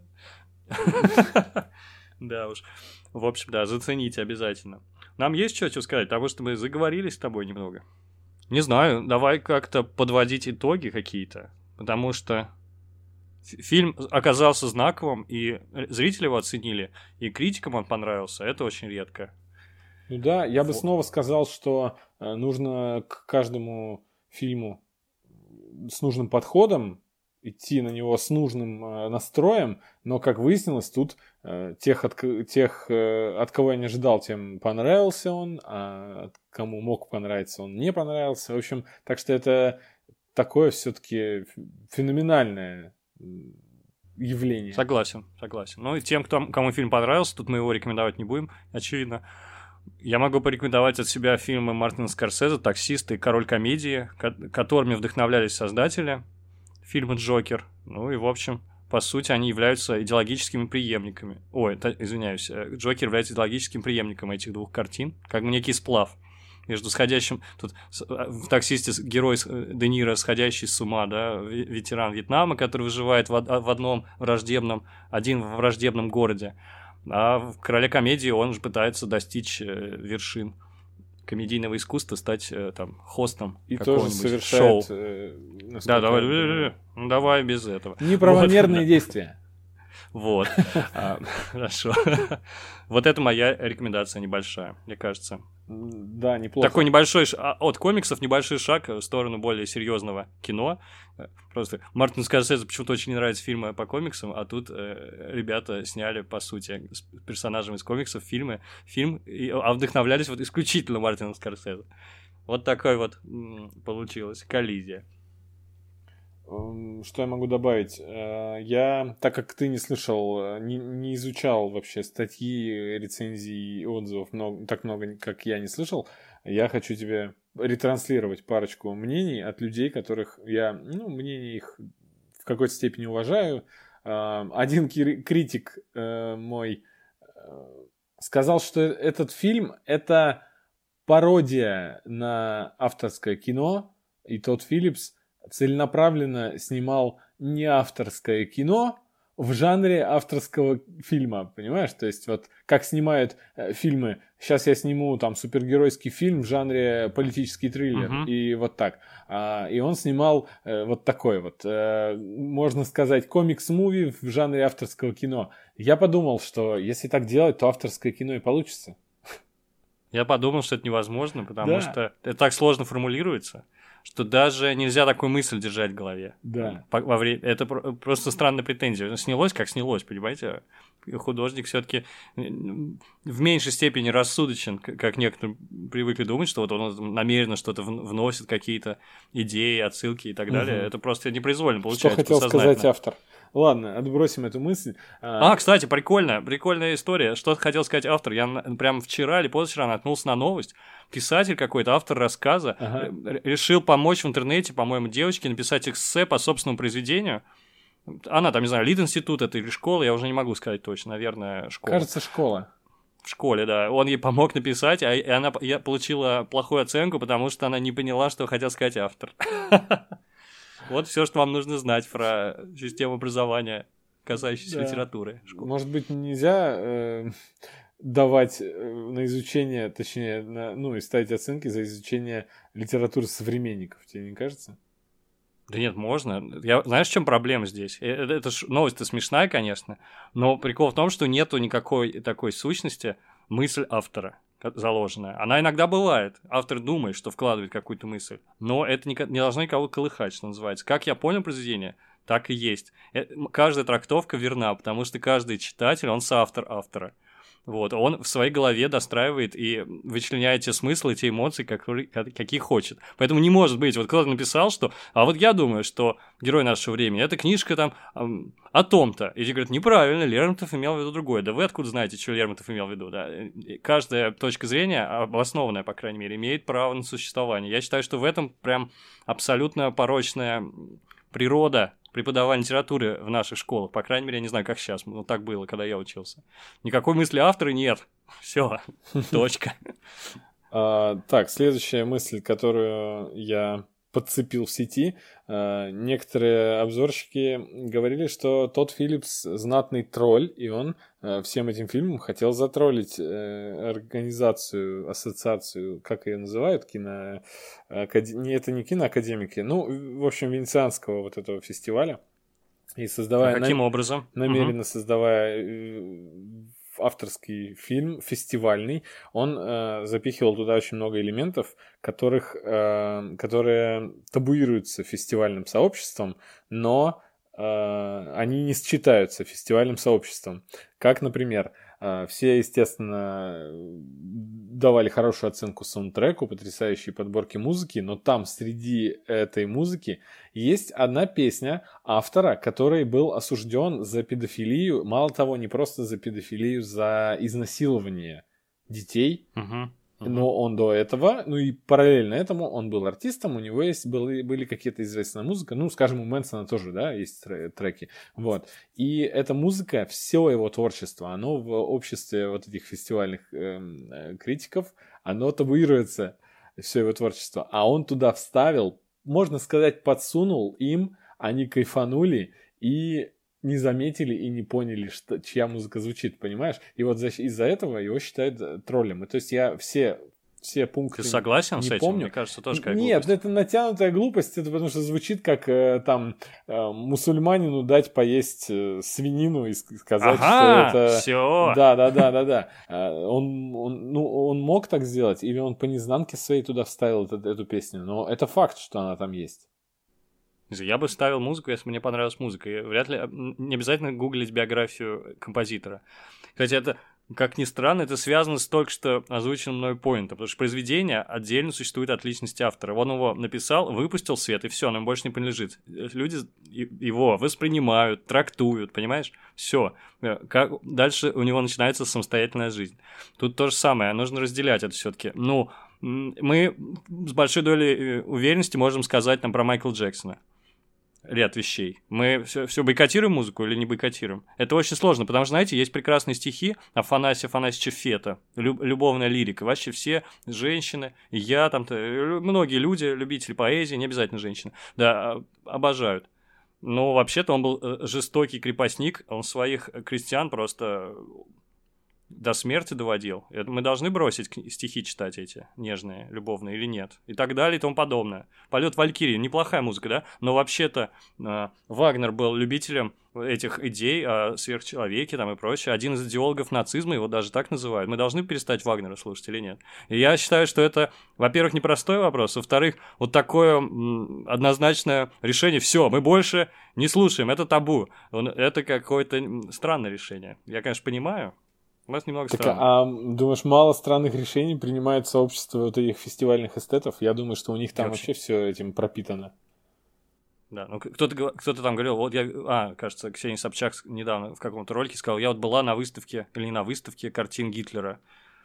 Да уж. В общем, да, зацените обязательно. Нам есть что сказать, потому что мы заговорились с тобой немного. Не знаю, давай как-то подводить итоги какие-то, потому что фильм оказался знаковым, и зрители его оценили, и критикам он понравился, это очень редко. Ну да, я бы снова сказал, что нужно к каждому фильму с нужным подходом, идти на него с нужным э, настроем, но, как выяснилось, тут э, тех, от, тех э, от кого я не ожидал, тем понравился он, а от кому мог понравиться, он не понравился. В общем, так что это такое все-таки феноменальное явление. Согласен, согласен. Ну и тем, кто, кому фильм понравился, тут мы его рекомендовать не будем, очевидно. Я могу порекомендовать от себя фильмы Мартина Скорсезе «Таксист» и «Король комедии», которыми вдохновлялись создатели фильма «Джокер». Ну и, в общем, по сути, они являются идеологическими преемниками. Ой, это, извиняюсь, Джокер является идеологическим преемником этих двух картин, как бы некий сплав между сходящим... Тут в «Таксисте» герой Де Ниро, сходящий с ума, да, ветеран Вьетнама, который выживает в, в одном враждебном, один в враждебном городе. А в «Короле комедии» он же пытается достичь вершин комедийного искусства, стать там хостом и какого-нибудь тоже совершает, шоу. Э, да, давай, э, ну, давай без этого. Неправомерные вот. Действия. Вот. Хорошо. Вот это моя рекомендация небольшая, мне кажется. Да, неплохо. Такой небольшой, от комиксов небольшой шаг в сторону более серьезного кино. Просто Мартину Скорсезе почему-то очень не нравятся фильмы по комиксам, а тут э, ребята сняли, по сути, с персонажами из комиксов фильмы, фильм, и, а вдохновлялись вот исключительно Мартином Скорсезе. Вот такой вот м- получилась коллизия. Что я могу добавить? Я, так как ты не слышал, не, не изучал вообще статьи, рецензий, отзывов много, так много, как я не слышал, я хочу тебе ретранслировать парочку мнений от людей, которых я, ну, мнение их в какой-то степени уважаю. Один критик мой сказал, что этот фильм — это пародия на авторское кино, и Тодд Филлипс целенаправленно снимал не авторское кино, в жанре авторского фильма, понимаешь? То есть вот как снимают э, фильмы. Сейчас я сниму там супергеройский фильм в жанре политический триллер. Мгм. И вот так. А, и он снимал э, вот такой вот, э, можно сказать, комикс-муви в жанре авторского кино. Я подумал, что если так делать, то авторское кино и получится. Я подумал, что это невозможно, потому Да. что это так сложно формулируется, что даже нельзя такую мысль держать в голове. Да. По- во вре- Это про- просто странная претензия. Снялось, как снялось, понимаете? Художник все-таки в меньшей степени рассудочен, к- как некоторые привыкли думать, что вот он намеренно что-то вн- вносит, какие-то идеи, отсылки и так далее. Мгм. Это просто непроизвольно Что получается. хотел подсознательно. сказать автор? Ладно, отбросим эту мысль. А, кстати, прикольно, прикольная история. Что хотел сказать автор? Я на- прям вчера или позавчера наткнулся на новость. Писатель какой-то, автор рассказа, Ага. э, решил помочь в интернете, по-моему, девочке написать эссе по собственному произведению. Она там, не знаю, Лит-институт это или школа, я уже не могу сказать точно, наверное, школа. Кажется, школа. В школе, да. Он ей помог написать, а и она п- я получила плохую оценку, потому что она не поняла, что хотел сказать автор. Вот все, что вам нужно знать про систему образования, касающуюся Да. литературы. школы. Может быть, нельзя э, давать э, на изучение, точнее, на, ну и ставить оценки за изучение литературы современников, тебе не кажется? Да нет, можно. Я, знаешь, в чем проблема здесь? Э, Это, это ж новость-то смешная, конечно, но прикол в том, что нету никакой такой сущности мысль автора ка- заложенная. Она иногда бывает. Автор думает, что вкладывает какую-то мысль, но это не, ко- не должно никого колыхать, что называется. Как я понял произведение, так и есть. Э, м, Каждая трактовка верна, потому что каждый читатель, он соавтор автора. Вот, он в своей голове достраивает и вычленяет те смыслы, те эмоции, которые, ка- какие хочет. Поэтому не может быть, вот кто-то написал, что, а вот я думаю, что герой нашего времени, это книжка там ам, о том-то. И тебе говорят, неправильно, Лермонтов имел в виду другое. Да вы откуда знаете, что Лермонтов имел в виду? Да? И каждая точка зрения, обоснованная, по крайней мере, имеет право на существование. Я считаю, что в этом прям абсолютно порочная природа преподавания литературы в наших школах. По крайней мере, я не знаю, как сейчас, но так было, когда я учился. Никакой мысли автора нет. Все, точка. А, так, следующая мысль, которую я подцепил в сети. А, некоторые обзорщики говорили, что Тодд Филлипс знатный тролль, и он а, всем этим фильмом хотел затроллить э, организацию, ассоциацию, как ее называют, кино... акад- Не, это не киноакадемики, ну, в общем, венецианского вот этого фестиваля. И А создавая... каким нам- образом? намеренно Мгм. создавая э, авторский фильм, фестивальный, он э, запихивал туда очень много элементов, которых, э, которые табуируются фестивальным сообществом, но э, они не считаются фестивальным сообществом. Как, например, э, все, естественно, давали хорошую оценку саундтреку, потрясающей подборке музыки, но там среди этой музыки есть одна песня автора, который был осужден за педофилию. Мало того, не просто за педофилию, за изнасилование детей. Мгм. Мгм. Но он до этого, ну и параллельно этому, он был артистом, у него есть, были, были какие-то известная музыка, ну, скажем, у Мэнсона тоже, да, есть тре- треки, вот. И эта музыка, все его творчество, оно в обществе вот этих фестивальных эм, э, критиков, оно табуируется, все его творчество, а он туда вставил, можно сказать, подсунул им, они кайфанули и не заметили и не поняли, что, чья музыка звучит, понимаешь? И вот за- из-за этого его считают э, троллем. И то есть я все, все пункты Ты согласен не с этим? помню. Мне кажется, тоже какая Нет, глупость. это натянутая глупость, это потому что звучит как э, там э, мусульманину дать поесть э, свинину и ск- сказать, Ага, что это... все. Да, да, да, да, да. А, Он, он, ну, он мог так сделать, или он по незнанке своей туда вставил эту, эту песню, но это факт, что она там есть. Я бы ставил музыку, если бы мне понравилась музыка. И вряд ли м, не обязательно гуглить биографию композитора. Хотя это, как ни странно, это связано с только что озвученным мной поинтом, потому что произведение отдельно существует от личности автора. Он его написал, выпустил в свет, и все, оно ему больше не принадлежит. Люди и- его воспринимают, трактуют, понимаешь? Все. Как... Дальше у него начинается самостоятельная жизнь. Тут то же самое, нужно разделять это все-таки. Ну, м, мы с большой долей э, уверенности можем сказать там про Майкла Джексона. Ряд вещей. Мы все, все бойкотируем музыку или не бойкотируем? Это очень сложно, потому что, знаете, есть прекрасные стихи Афанасия Афанасьевича Фета, люб, любовная лирика. Вообще все женщины, и я там, многие люди, любители поэзии, не обязательно женщины, да, обожают. Ну, вообще-то он был э, жестокий крепостник, он своих крестьян просто до смерти доводил. Это мы должны бросить стихи читать эти, нежные, любовные, или нет? И так далее, и тому подобное. «Полет Валькирии» — неплохая музыка, да? Но вообще-то э, Вагнер был любителем этих идей о сверхчеловеке там и прочее. Один из идеологов нацизма, его даже так называют. Мы должны перестать Вагнера слушать или нет? И я считаю, что это, во-первых, непростой вопрос, во-вторых, вот такое м, однозначное решение. Все, мы больше не слушаем, это табу. Это какое-то странное решение. Я, конечно, понимаю. У нас немного так, странно. А думаешь, мало странных решений принимает сообщество вот этих фестивальных эстетов? Я думаю, что у них там вообще, вообще все этим пропитано. Да, ну кто-то, кто-то там говорил, вот я, а, кажется, Ксения Собчак недавно в каком-то ролике сказала, я вот была на выставке, или не на выставке картин Гитлера.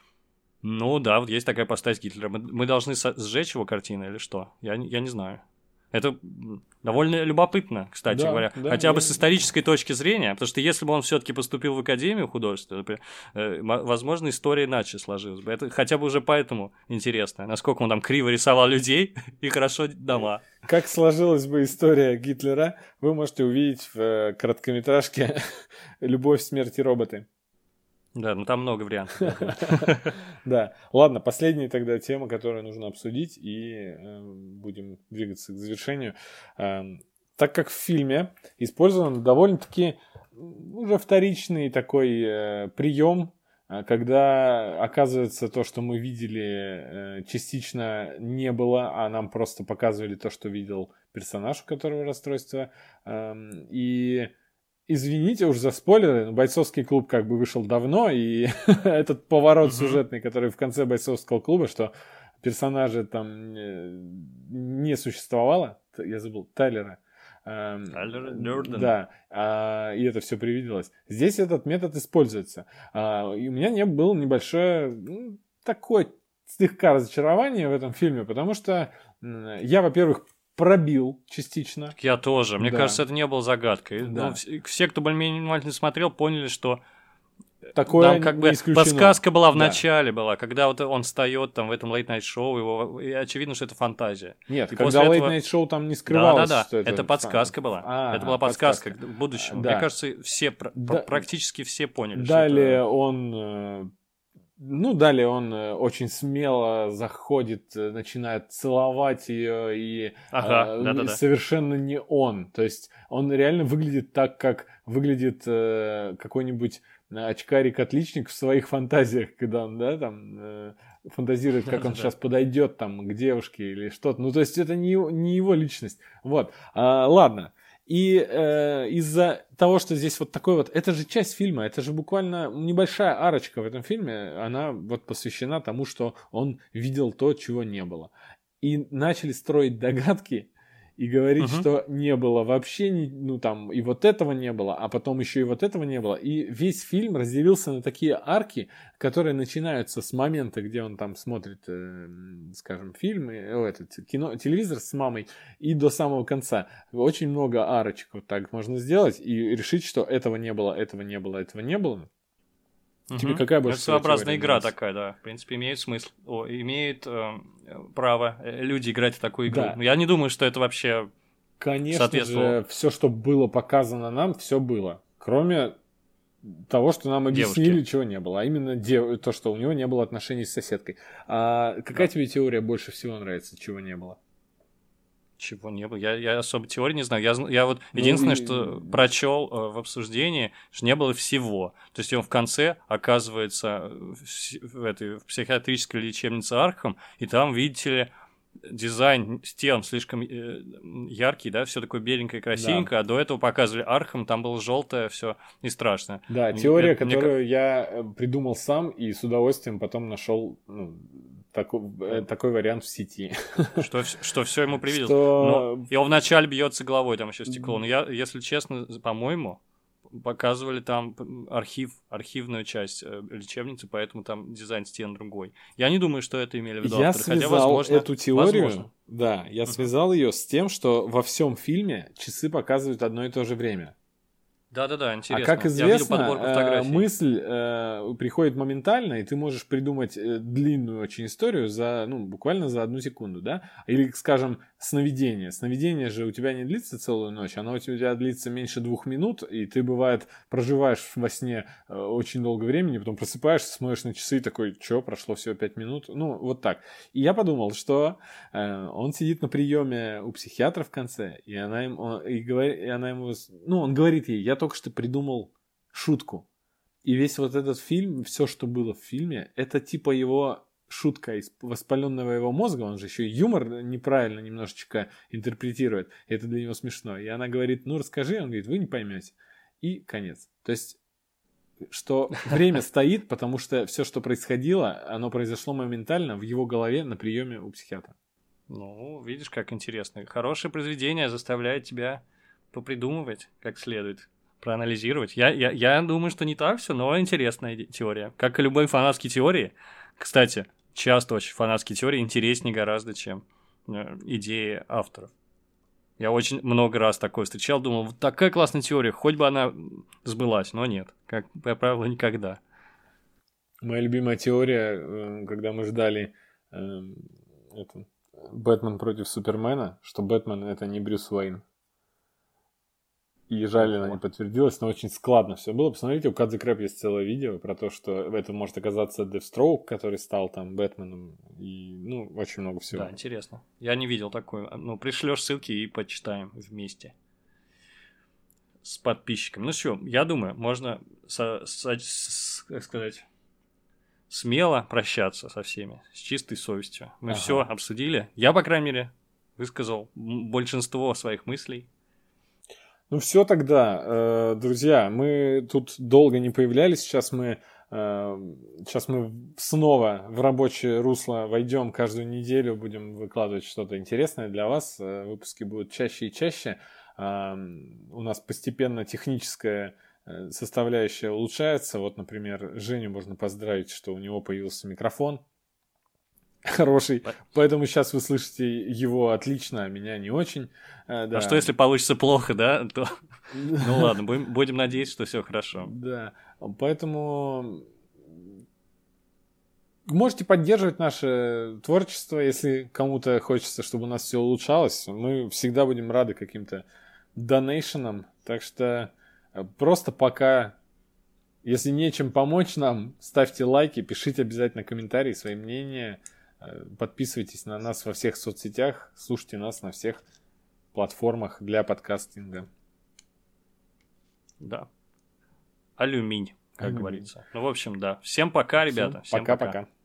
Ну да, вот есть такая постать Гитлера. Мы, мы должны сжечь его картины или что? Я, я не знаю. Это довольно любопытно, кстати да, говоря. Да, Хотя я... бы с исторической точки зрения, потому что если бы он все-таки поступил в Академию художеств, возможно, история иначе сложилась бы. Это хотя бы уже поэтому интересно, насколько он там криво рисовал людей и хорошо дома. Как сложилась бы история Гитлера, вы можете увидеть в короткометражке «Любовь, смерть и роботы». Да, ну там много вариантов. Да, ладно, последняя тогда тема, которую нужно обсудить, и э, будем двигаться к завершению. Э, так как в фильме использован довольно-таки уже вторичный такой э, прием, э, когда оказывается то, что мы видели, э, частично не было, а нам просто показывали то, что видел персонаж, у которого расстройство, э, и... Извините уж за спойлеры, но «Бойцовский клуб» как бы вышел давно, и этот поворот uh-huh. сюжетный, который в конце «Бойцовского клуба», что персонажа там не существовало, я забыл, Тайлера. Тайлера Дёрден. Да, а, и это все привиделось. Здесь этот метод используется. А, и у меня не было небольшое, ну, такое слегка разочарование в этом фильме, потому что я, во-первых, пробил частично. Я тоже. Мне да. кажется, это не было загадкой. Да. Ну, все, кто более-менее внимательно смотрел, поняли, что такое там как бы исключено. Подсказка была в да. начале, была, когда вот он встает там в этом лейт-найт-шоу, его, и очевидно, что это фантазия. Нет, и когда лейт-найт-шоу этого... там не скрывалось, да, да, да. что это... Это подсказка была. А, это была подсказка, подсказка. к будущему. Да. Мне кажется, все, да. практически все поняли. Далее что это... он... Ну, далее он очень смело заходит, начинает целовать ее, и ага, э, да, да, да. совершенно не он. То есть он реально выглядит так, как выглядит э, какой-нибудь очкарик-отличник в своих фантазиях, когда он, да, там э, фантазирует, как он сейчас подойдет там к девушке или что-то. Ну, то есть это не, не его личность. Вот. А, ладно. И э, из-за того, что здесь вот такой вот... Это же часть фильма, это же буквально небольшая арочка в этом фильме. Она вот посвящена тому, что он видел то, чего не было. И начали строить догадки и говорить, uh-huh. что не было вообще, не, ну там, и вот этого не было, а потом еще и вот этого не было. И весь фильм разделился на такие арки, которые начинаются с момента, где он там смотрит, э, скажем, фильм, э, этот, кино, телевизор с мамой, и до самого конца. Очень много арочек вот так можно сделать и решить, что этого не было, этого не было, этого не было. Угу. Тебе какая больше всего своеобразная игра нравится? Такая, да. В принципе, имеет смысл. О, имеет э, право люди играть в такую игру. Да. Но я не думаю, что это вообще Конечно же, все, что было показано нам, все было. Кроме того, что нам объяснили, Девушки. чего не было. А именно дев... то, что у него не было отношений с соседкой. А какая да. тебе теория больше всего нравится, чего не было? Чего не было. Я, я особо теории не знаю. Я, я вот ну, единственное, и... что прочел э, в обсуждении, что не было всего. То есть он в конце оказывается в, в этой в психиатрической лечебнице Аркхем, и там, видите ли, дизайн стен слишком э, яркий, да, все такое беленькое, красивенькое, да. а до этого показывали Аркхем, там было желтое, все и страшно. Да, теория, это, которую мне... я придумал сам и с удовольствием потом нашел. Ну, Такой, такой вариант в сети. Что, что все ему привиделось. Что... Но, и он вначале бьется головой, там еще стекло. Но я, если честно, по-моему, показывали там архив, архивную часть лечебницы, поэтому там дизайн стен другой. Я не думаю, что это имели в виду Я авторы. связал Хотя, возможно, эту теорию, возможно. да, я uh-huh. связал ее с тем, что во всем фильме часы показывают одно и то же время. Да-да-да, интересно. А как известно, э, мысль э, приходит моментально, и ты можешь придумать э, длинную очень историю за, ну, буквально за одну секунду, да? Или, скажем, сновидение. Сновидение же у тебя не длится целую ночь, оно у тебя длится меньше двух минут, и ты, бывает, проживаешь во сне э, очень долго времени, потом просыпаешься, смотришь на часы и такой, что, прошло всего пять минут? Ну, вот так. И я подумал, что э, он сидит на приеме у психиатра в конце, и она, им, он, и говорит, и она ему... Ну, он говорит ей, я только что придумал шутку. И весь вот этот фильм, все, что было в фильме, это типа его шутка из воспаленного его мозга, он же еще и юмор неправильно немножечко интерпретирует, и это для него смешно. И она говорит, ну расскажи, он говорит, вы не поймете. И конец. То есть, что время стоит, потому что все, что происходило, оно произошло моментально в его голове на приеме у психиатра. Ну, видишь, как интересно. Хорошее произведение заставляет тебя попридумывать как следует, проанализировать. Я, я, я думаю, что не так все, но интересная теория. Как и любой фанатские теории. Кстати, часто очень фанатские теории интереснее гораздо, чем э, идеи авторов. Я очень много раз такое встречал, думал, вот такая классная теория, хоть бы она сбылась, но нет, как правило, никогда. Моя любимая теория, когда мы ждали э, это, Бэтмен против Супермена, что Бэтмен это не Брюс Уэйн. И жаль, она не подтвердилась, но очень складно все было. Посмотрите, у Cut the Crap есть целое видео про то, что это может оказаться Deathstroke, который стал там Бэтменом. И, ну, очень много всего. Да, интересно. Я не видел такое. Ну, пришлешь ссылки и почитаем вместе с подписчиками. Ну что, я думаю, можно, со, со, с, как сказать, смело прощаться со всеми, с чистой совестью. Мы ага. все обсудили. Я, по крайней мере, высказал большинство своих мыслей. Ну все тогда, друзья, мы тут долго не появлялись, сейчас мы, сейчас мы снова в рабочее русло войдем каждую неделю, будем выкладывать что-то интересное для вас, выпуски будут чаще и чаще, у нас постепенно техническая составляющая улучшается, вот, например, Женю можно поздравить, что у него появился микрофон. Хороший, поэтому сейчас вы слышите его отлично, а меня не очень. А, да. А что если получится плохо, да? То... Ну ладно, будем, будем надеяться, что все хорошо. Да, поэтому можете поддерживать наше творчество, если кому-то хочется, чтобы у нас все улучшалось. Мы всегда будем рады каким-то донейшенам, так что просто пока, если нечем помочь нам, ставьте лайки, пишите обязательно комментарии, свои мнения. Подписывайтесь на нас во всех соцсетях, слушайте нас на всех платформах для подкастинга. Да. Алюминь, как Алюминь. говорится. Ну, в общем, да. Всем пока, ребята. Всем пока-пока.